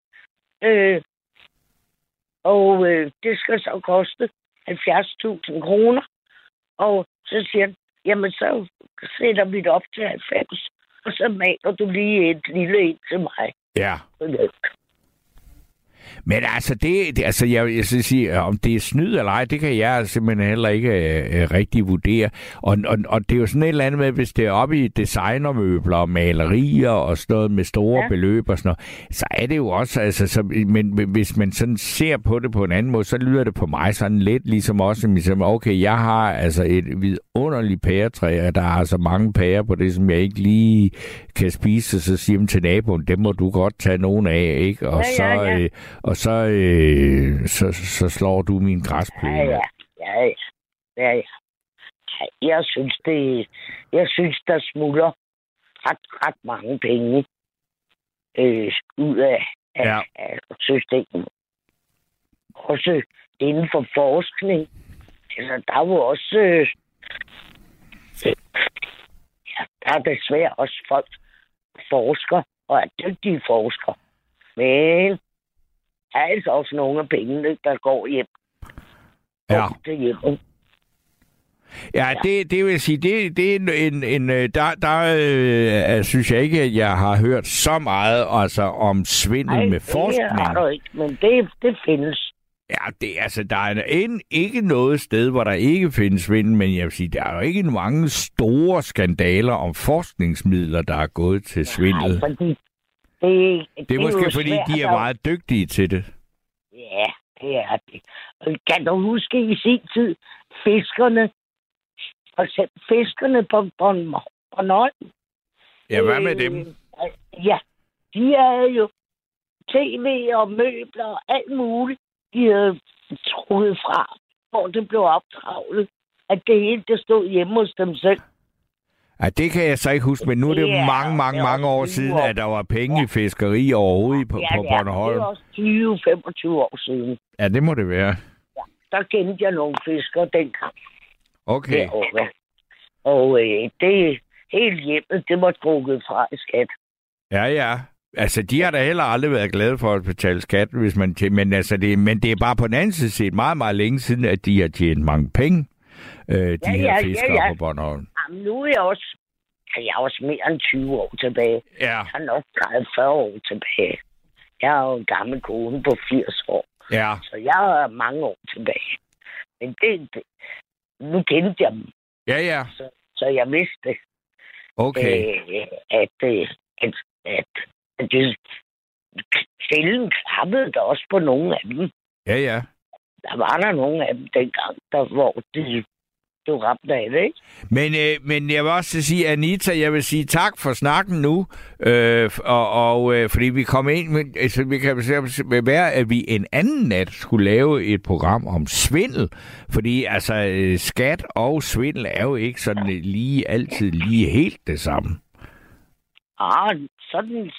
og det skal så koste 70.000 kroner. Og så siger han, jamen så sætter vi det op til 90, og så maler du lige et lille en til mig. Ja. Men altså, jeg skal sige, om det er snyd eller ej, det kan jeg simpelthen heller ikke rigtig vurdere. Og det er jo sådan et eller andet med, hvis det er oppe i designermøbler og malerier og sådan noget med store beløb og sådan noget, så er det jo også, altså, men hvis man sådan ser på det på en anden måde, så lyder det på mig sådan lidt ligesom også, ligesom, okay, jeg har altså et vidunderligt pæretræ, og der er altså mange pærer på det, som jeg ikke lige kan spise, så siger man til naboen, det må du godt tage nogen af, ikke? Og og så slår du min græsplæne. Ja. Jeg synes, der smuldrer ret mange penge ud af systemet. Også inden for forskning. Altså, der er jo også... der er desværre også folk, der forsker, og er dygtige forskere. Men der er altså også nogle af pengene, der går hjem. Ja. Ja, det vil sige, det er synes jeg ikke, at jeg har hørt så meget altså om svindel med forskning. Nej, det har du ikke, men det findes. Ja, der er ikke noget sted, hvor der ikke findes svindel, men jeg vil sige, der er jo ikke mange store skandaler om forskningsmidler, der er gået til svindel. Nej, fordi det er måske fordi, de er meget dygtige til det. Ja, det er det. Kan du huske i sin tid, fiskerne på Bornholm? Ja, hvad med dem? Ja, de er jo tv og møbler og alt muligt, de havde trukket fra, hvor det blev optravlet, at det hele, der stod hjemme hos dem selv. Ja, det kan jeg så ikke huske, men nu er det jo mange år siden, at der var penge i fiskeri overhovedet på Bornholm. Det er også 20-25 år siden. Ja, det må det være. Ja, der kendte jeg nogle fiskere dengang. Okay. Derovre. Og det hele hjemmet, det var trukket fra i skat. Ja. Altså, de har da heller aldrig været glade for at betale skat, hvis man men det er bare på den anden side set meget, meget længe siden, at de har tjent mange penge, de her fiskere på Bornholm. Jamen, nu er jeg også mere end 20 år tilbage. Ja. Jeg har nok 40 år tilbage. Jeg er jo en gammel kone på 80 år. Ja. Så jeg er mange år tilbage. Men nu kendte jeg dem. Ja. Så jeg vidste, okay. at fælden klappede der også på nogle af dem. Ja. Der var der nogle af dem dengang, hvor du ramte af det, ikke? Men jeg vil også sige, Anita, jeg vil sige tak for snakken nu, fordi vi kom ind, altså vi kan være, at vi en anden nat skulle lave et program om svindel, fordi altså skat og svindel er jo ikke sådan altid lige helt det samme. Sådan,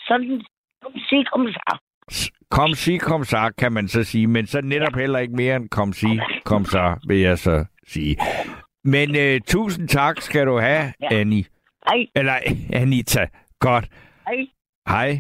kom så, kan man så sige, men så netop heller ikke mere end kom så, vil jeg så sige. Men tusind tak skal du have, Annie. Hej. Eller Anita. Godt. Hej.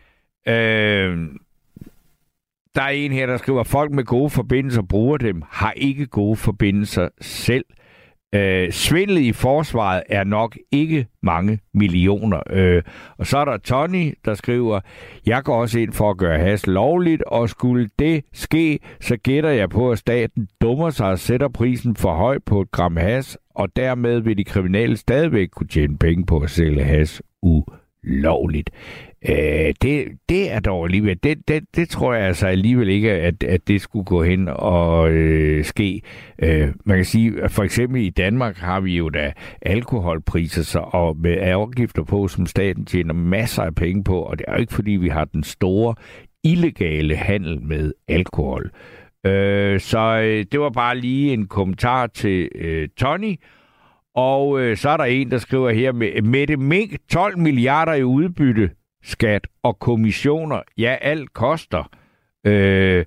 Der er en her, der skriver, at folk med gode forbindelser bruger dem, har ikke gode forbindelser selv. Svindlet i forsvaret er nok ikke mange millioner. Og så er der Tony, der skriver, jeg går også ind for at gøre hash lovligt, og skulle det ske, så gætter jeg på, at staten dummer sig og sætter prisen for højt på et gram hash, og dermed vil de kriminelle stadigvæk kunne tjene penge på at sælge hash ulovligt. Det er dog alligevel, det tror jeg altså alligevel ikke, at det skulle gå hen og ske. Man kan sige, at for eksempel i Danmark har vi jo da alkoholpriser og med afgifter på, som staten tjener masser af penge på, og det er jo ikke fordi, vi har den store illegale handel med alkohol. Så det var bare lige en kommentar til Tony. Og så er der en, der skriver her med Mette Mink, 12 milliarder i udbytte, skat og kommissioner. Ja, alt koster.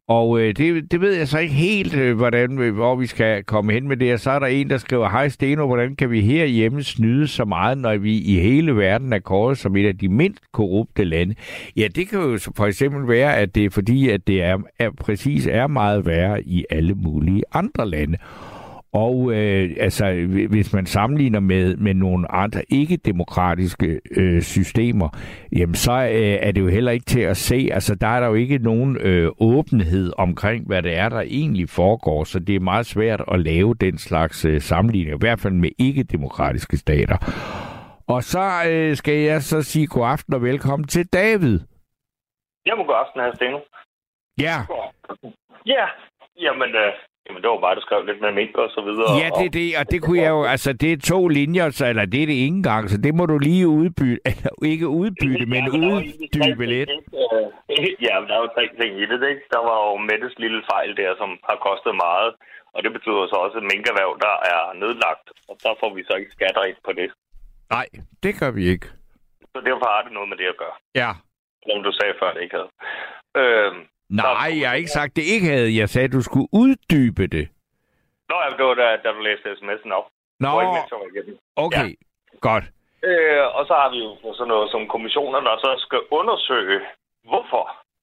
Og det ved jeg så ikke helt, hvor vi skal komme hen med det. Og så er der en, der skriver, hej Steno, hvordan kan vi herhjemme snyde så meget, når vi i hele verden er kåret som et af de mindst korrupte lande? Ja, det kan jo for eksempel være, at det er fordi, at det er meget værre i alle mulige andre lande. Og hvis man sammenligner med nogle andre ikke-demokratiske systemer, jamen så er det jo heller ikke til at se. Altså der er der jo ikke nogen åbenhed omkring, hvad det er, der egentlig foregår. Så det er meget svært at lave den slags sammenligning, i hvert fald med ikke-demokratiske stater. Og så skal jeg så sige god aften og velkommen til David. Jamen god aften, hr. Steno. Ja. Ja, jamen det var bare, der skrev lidt med mink og så videre. Ja, det er det, og det kunne jeg jo, altså det er 2 linjer, eller det er det ikke engang, så det må du lige udbytte, eller ikke udbytte, men uddybe lidt. Ja, men der er jo 3 ting i det, ikke? Der var jo Mettes lille fejl der, som har kostet meget, og det betyder så også, at minkerhverv, der er nedlagt, og der får vi så ikke skatter ind på det. Nej, det gør vi ikke. Så derfor har det noget med det at gøre. Ja. Som du sagde før, det ikke havde. Nej, jeg har ikke sagt, det ikke havde. Jeg sagde, at du skulle uddybe det. Nå, ja, det var da du læste sms'en op. Nå, okay, ja. Godt. Og så har vi jo sådan noget som kommissioner, der så skal undersøge, hvorfor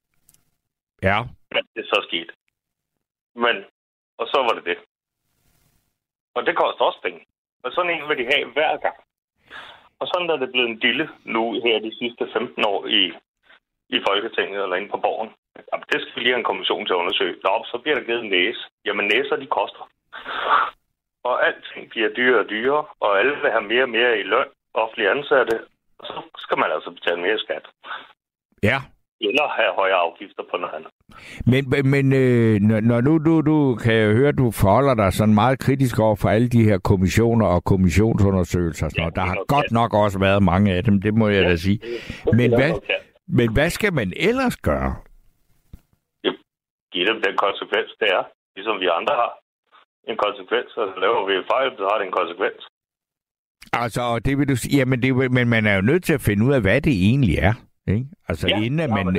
det så skete. Men, og så var det det. Og det koster også penge. Og sådan en vil de have hver gang. Og sådan er det blevet en dille nu her de sidste 15 år i Folketinget eller inde på borgen. Jamen, det skal vi lige have en kommission til at undersøge. Så bliver der givet en næse. Jamen, næser, de koster. Og alting bliver dyrere og dyrere, og alle vil have mere og mere i løn, offentlige ansatte, og så skal man altså betale mere skat. Ja. Eller have højere afgifter på noget andet. Men når nu du kan jeg høre, at du forholder dig sådan meget kritisk over for alle de her kommissioner og kommissionsundersøgelser. Ja, der har godt nok også været mange af dem, det må jeg da sige. Men hvad skal man ellers gøre? Giv dem den konsekvens, det er. Ligesom vi andre har en konsekvens, og så laver vi en fejl, så har det en konsekvens. Altså, det vil du sige, jamen men man er jo nødt til at finde ud af, hvad det egentlig er. Ikke? Altså, inden at man...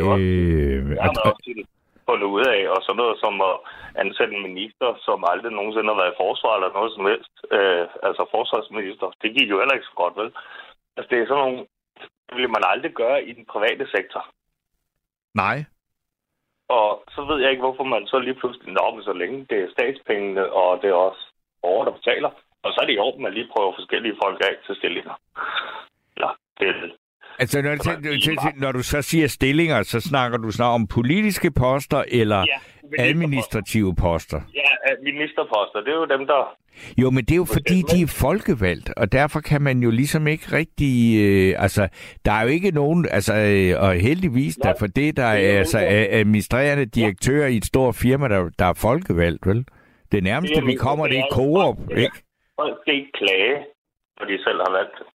fundet ud af, og sådan noget som at ansætte en minister, som aldrig nogensinde har været i forsvar eller noget som helst. Altså forsvarsminister. Det gik jo heller ikke så godt, vel? Altså, det er sådan nogle... Det vil man aldrig gøre i den private sektor. Nej. Og så ved jeg ikke, hvorfor man så lige pludselig når så længe. Det er statspengene, og det er også borgere, der betaler. Og så er det i orden, at man lige prøver forskellige folk af til stillinger. Ja, det er det. Altså, når du så siger stillinger, så snakker du snart om politiske poster eller administrative poster? Ja, ministerposter. Det er jo dem, der... Jo, men det er jo fordi, de er folkevalgt, og derfor kan man jo ligesom ikke rigtig... der er jo ikke nogen... og heldigvis, der for det, der er administrerende direktør i et stort firma, der er folkevalgt, vel? Det nærmeste, vi kommer, det er Coop, ikke? Folk skal ikke klage, når de selv har valgt det.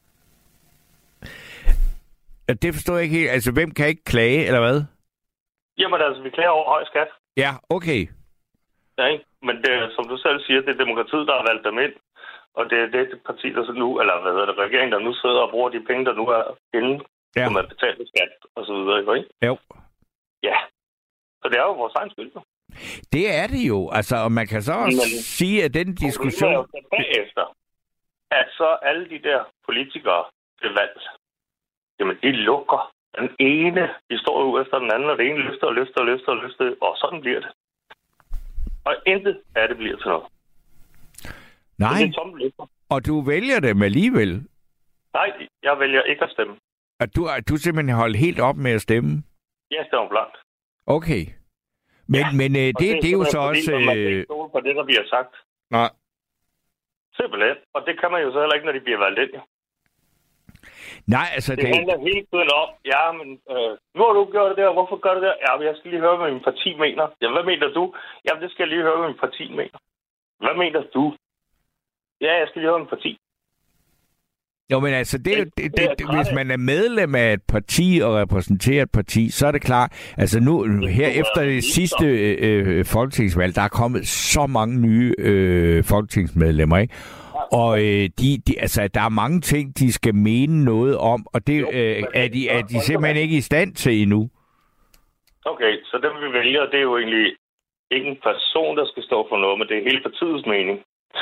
Det forstår jeg ikke helt. Altså, hvem kan ikke klage, eller hvad? Jamen, altså, vi klager over høj skat. Ja, okay. Ja, ikke? Men det, som du selv siger, det er demokratiet, der har valgt dem ind. Og det er det parti, der så nu, eller hvad hedder det, regeringen, der nu sidder og bruger de penge, der nu er inde, som er betalt skat, og så videre, ikke? Jo. Ja. Så det er jo vores egen skyld. Det er det jo. Altså, og man kan så også sige, at den diskussion... Men det er jo bagefter, at så alle de der politikere bliver valgt. Jamen, de lukker den ene historie ud efter den anden, og det ene løfter, og sådan bliver det. Og intet af det bliver til noget. Nej, og du vælger dem alligevel? Nej, jeg vælger ikke at stemme. At du simpelthen holdt helt op med at stemme? Jeg stemmer blankt. Okay. Men det er jo så også... Man kan ikke stole på det, der bliver sagt. Nej. Simpelthen. Og det kan man jo så heller ikke, når de bliver valgt ind. Nej, altså det handler helt tiden om, men nu har du gjort det der, hvorfor gør du det der? Ja, jeg skal lige høre, hvad min parti mener. Ja, hvad mener du? Ja, det skal jeg lige høre, hvad min parti mener. Hvad mener du? Ja, jeg skal lige høre min parti. Jo, men altså, hvis man er medlem af et parti og repræsenterer et parti, så er det klart, altså nu, her efter det sidste folketingsvalg, der er kommet så mange nye folketingsmedlemmer, ikke? Og altså, der er mange ting, de skal mene noget om, og det er de simpelthen ikke i stand til endnu. Okay, så dem vi vælger, det er jo egentlig ikke en person, der skal stå for noget, men det er hele partiets mening.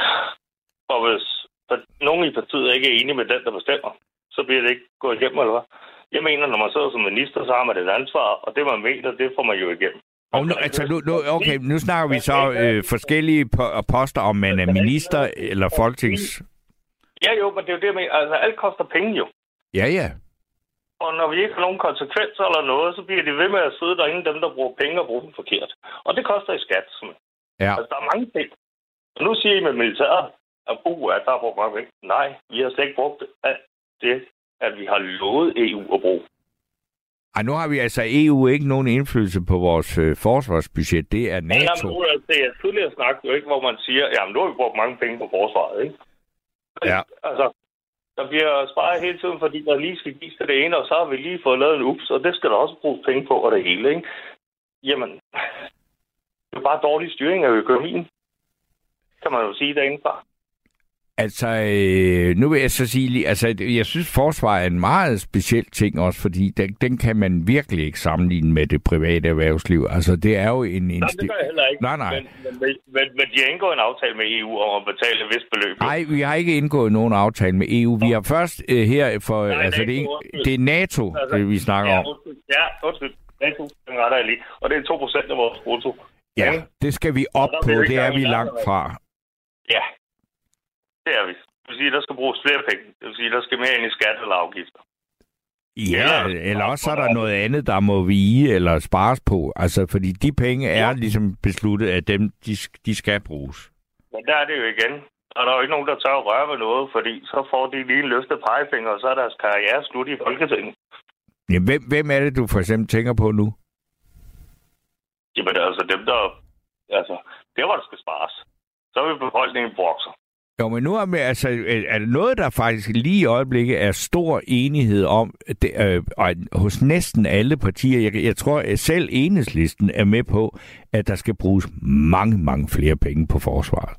Og hvis nogen i partiet ikke er enige med den, der bestemmer, så bliver det ikke gået igennem, eller hvad? Jeg mener, når man sidder som minister, så har man et ansvar, og det man mener, det får man jo igennem. Okay, nu snakker vi så forskellige poster, om man er minister eller folketings... Ja jo, men det er jo det, jeg mener. Altså, alt koster penge jo. Ja. Og når vi ikke har nogen konsekvenser eller noget, så bliver de ved med at sidde derinde, dem der bruger penge og bruger dem forkert. Og det koster i skat. Ja. Altså, der er mange ting. Og nu siger I med militæret, at der har brugt mange penge. Nej, vi har slet ikke brugt det, at vi har lovet EU at bruge. Ej, nu har vi altså EU ikke nogen indflydelse på vores forsvarsbudget. Det er NATO. Ja, det er tidligere snak, jo ikke, hvor man siger, jamen nu har vi brugt mange penge på forsvaret, ikke? Ja. Altså, der bliver sparet hele tiden, fordi der lige skal gives til det ene, og så har vi lige fået lavet en ups, og det skal der også bruges penge på, og det hele, ikke? Jamen, det er bare dårlig styring af økonomien, kan man jo sige derindefra. Altså, nu vil jeg så sige, jeg synes, forsvar er en meget speciel ting også, fordi den kan man virkelig ikke sammenligne med det private erhvervsliv. Altså, det er jo en... Nej, det gør jeg heller ikke. Nej. Men de har indgået en aftale med EU om at betale et vist beløb. Nej, vi har ikke indgået nogen aftale med EU. Vi har først her for... Nej, det er NATO, altså, det vi snakker om. Undskyld. NATO, den retter jeg lige. Og det er 2% af vores brutto. Ja, det skal vi op på. Det er vi langt fra. Ja. Det er vi. Det vil sige, der skal bruges flere penge. Det vil sige, der skal mere ind i skat eller afgifter. Ja, eller også er der noget andet, der må vige eller spares på. Altså, fordi de penge er ligesom besluttet, at dem, de skal bruges. Men der er det jo igen. Og der er jo ikke nogen, der tør at røre ved noget, fordi så får de lige en løftet pegefinger, og så er deres karriere slut i Folketinget. Ja, hvem er det, du for eksempel tænker på nu? Jamen, altså dem, der... Altså, det var der skal spares. Så vil befolkningen brokse. Jo, men nu er det noget, der faktisk lige i øjeblikket er stor enighed om, hos næsten alle partier. Jeg tror, at selv Enhedslisten er med på, at der skal bruges mange, mange flere penge på forsvaret.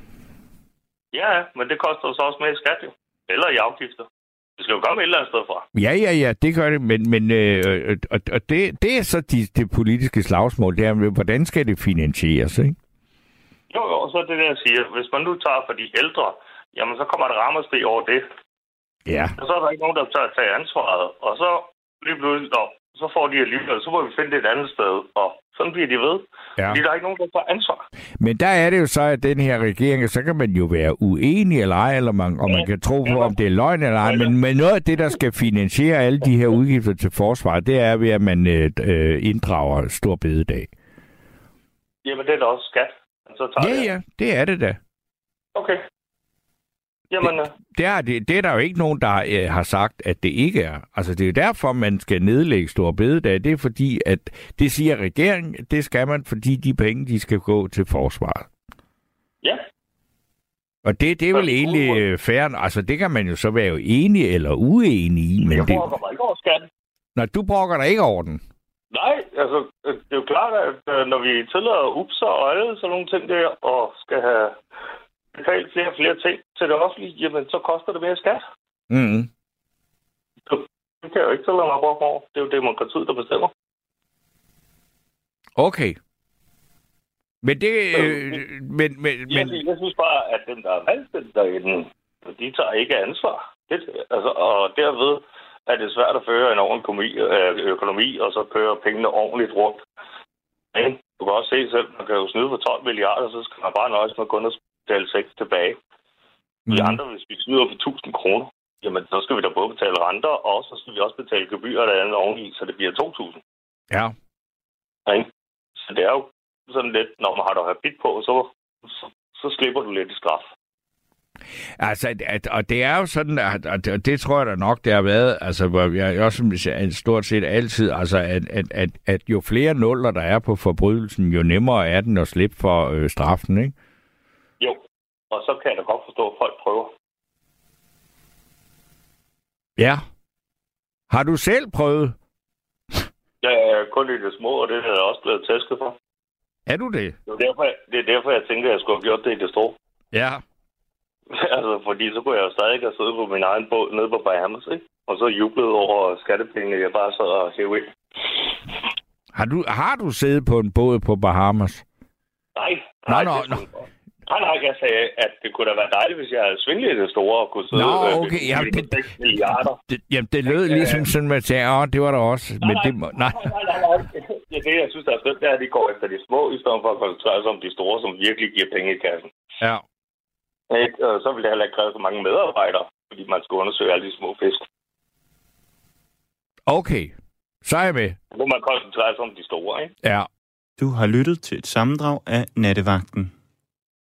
Ja, men det koster så også mere i skat, jo. Eller i afgifter. Det skal jo komme et eller andet sted fra. Ja, det gør det, men det er så det politiske slagsmål, det er, hvordan skal det finansieres, ikke? Jo, og så det der, jeg siger, hvis man nu tager for de ældre, jamen så kommer der ramaskrig over det. Ja. Og så er der ikke nogen, der tør at tage ansvaret. Og så lige pludselig, så får de alligevel, så må vi finde det et andet sted. Og sådan bliver de ved. Ja. Fordi der er ikke nogen, der tager ansvar. Men der er det jo så, at den her regering, så kan man jo være uenig eller ej, eller man kan tro på, om det er løgn eller ej. Men noget af det, der skal finansiere alle de her udgifter til forsvaret, det er ved, at man inddrager stor bededag. Jamen det er da også skat. Ja, det er det da. Okay. Jamen... Det er der jo ikke nogen, der har sagt, at det ikke er. Altså, det er jo derfor, man skal nedlægge stor bededag. Det er fordi, at det siger regeringen, det skal man, fordi de penge, de skal gå til forsvaret. Ja. Og det er vel egentlig fair. Altså, det kan man jo så være jo enig eller uenig i. Men jeg brokker mig ikke over skatten. Nå, du brokker dig ikke over den? Nej, altså, det er jo klart, at når vi tillader upser og alle sådan nogle ting der, og skal have betalt flere og flere ting til det offentlige, jamen, så koster det mere skat. Mm-hmm. Det kan jeg jo ikke tillade mig at brokke over. Det er jo demokratiet, der bestemmer. Okay. Men det... Jeg synes bare, at dem, der er valgt derinde, de tager ikke ansvar. Og derved er det svært at føre en ordentlig økonomi, og så køre pengene ordentligt rundt. Men du kan også se selv, man kan jo snyde for 12 milliarder, så skal man bare nøjes med kun at betale 6 tilbage. Vi andre, hvis vi snyder for 1.000 kroner, jamen så skal vi da både betale renter, og så skal vi også betale gebyrer og det andet oveni, så det bliver 2.000. Ja. Så det er jo sådan lidt, når man har der habit på, så slipper du lidt i straf. Altså, og det er jo sådan, at det tror jeg da nok, det har været, altså, hvor jeg også stort set altid, altså, at jo flere nuller, der er på forbrydelsen, jo nemmere er den at slippe for straffen, ikke? Jo, og så kan jeg da godt forstå, at folk prøver. Ja. Har du selv prøvet? Ja, kun i det små, og det er jeg også blevet tæsket for. Er du det? Det er derfor, jeg tænker, at jeg skulle have gjort det i det store. Ja. Altså, fordi så kunne jeg jo stadig have siddet på min egen båd nede på Bahamas, ikke? Og så jublet over skattepengene, jeg bare sad og hævde ind. Har du siddet på en båd på Bahamas? Nej. Nej, jeg sagde, at det kunne da være dejligt, hvis jeg havde svindlet det store og kunne sidde okay. med 6 milliarder. Det lød ligesom sådan, at sige, det var der også. Nej. Ja, det, jeg synes, der er stedet, det er, at de går efter de små, i stedet for at koncentrere sig om de store, som virkelig giver penge i kassen. Ja. Og så ville det heller ikke kræve så mange medarbejdere, fordi man skulle undersøge alle de små fisk. Okay, så er jeg med. Nu må man koncentrere sig om de store, ikke? Ja. Du har lyttet til et sammendrag af Nattevagten.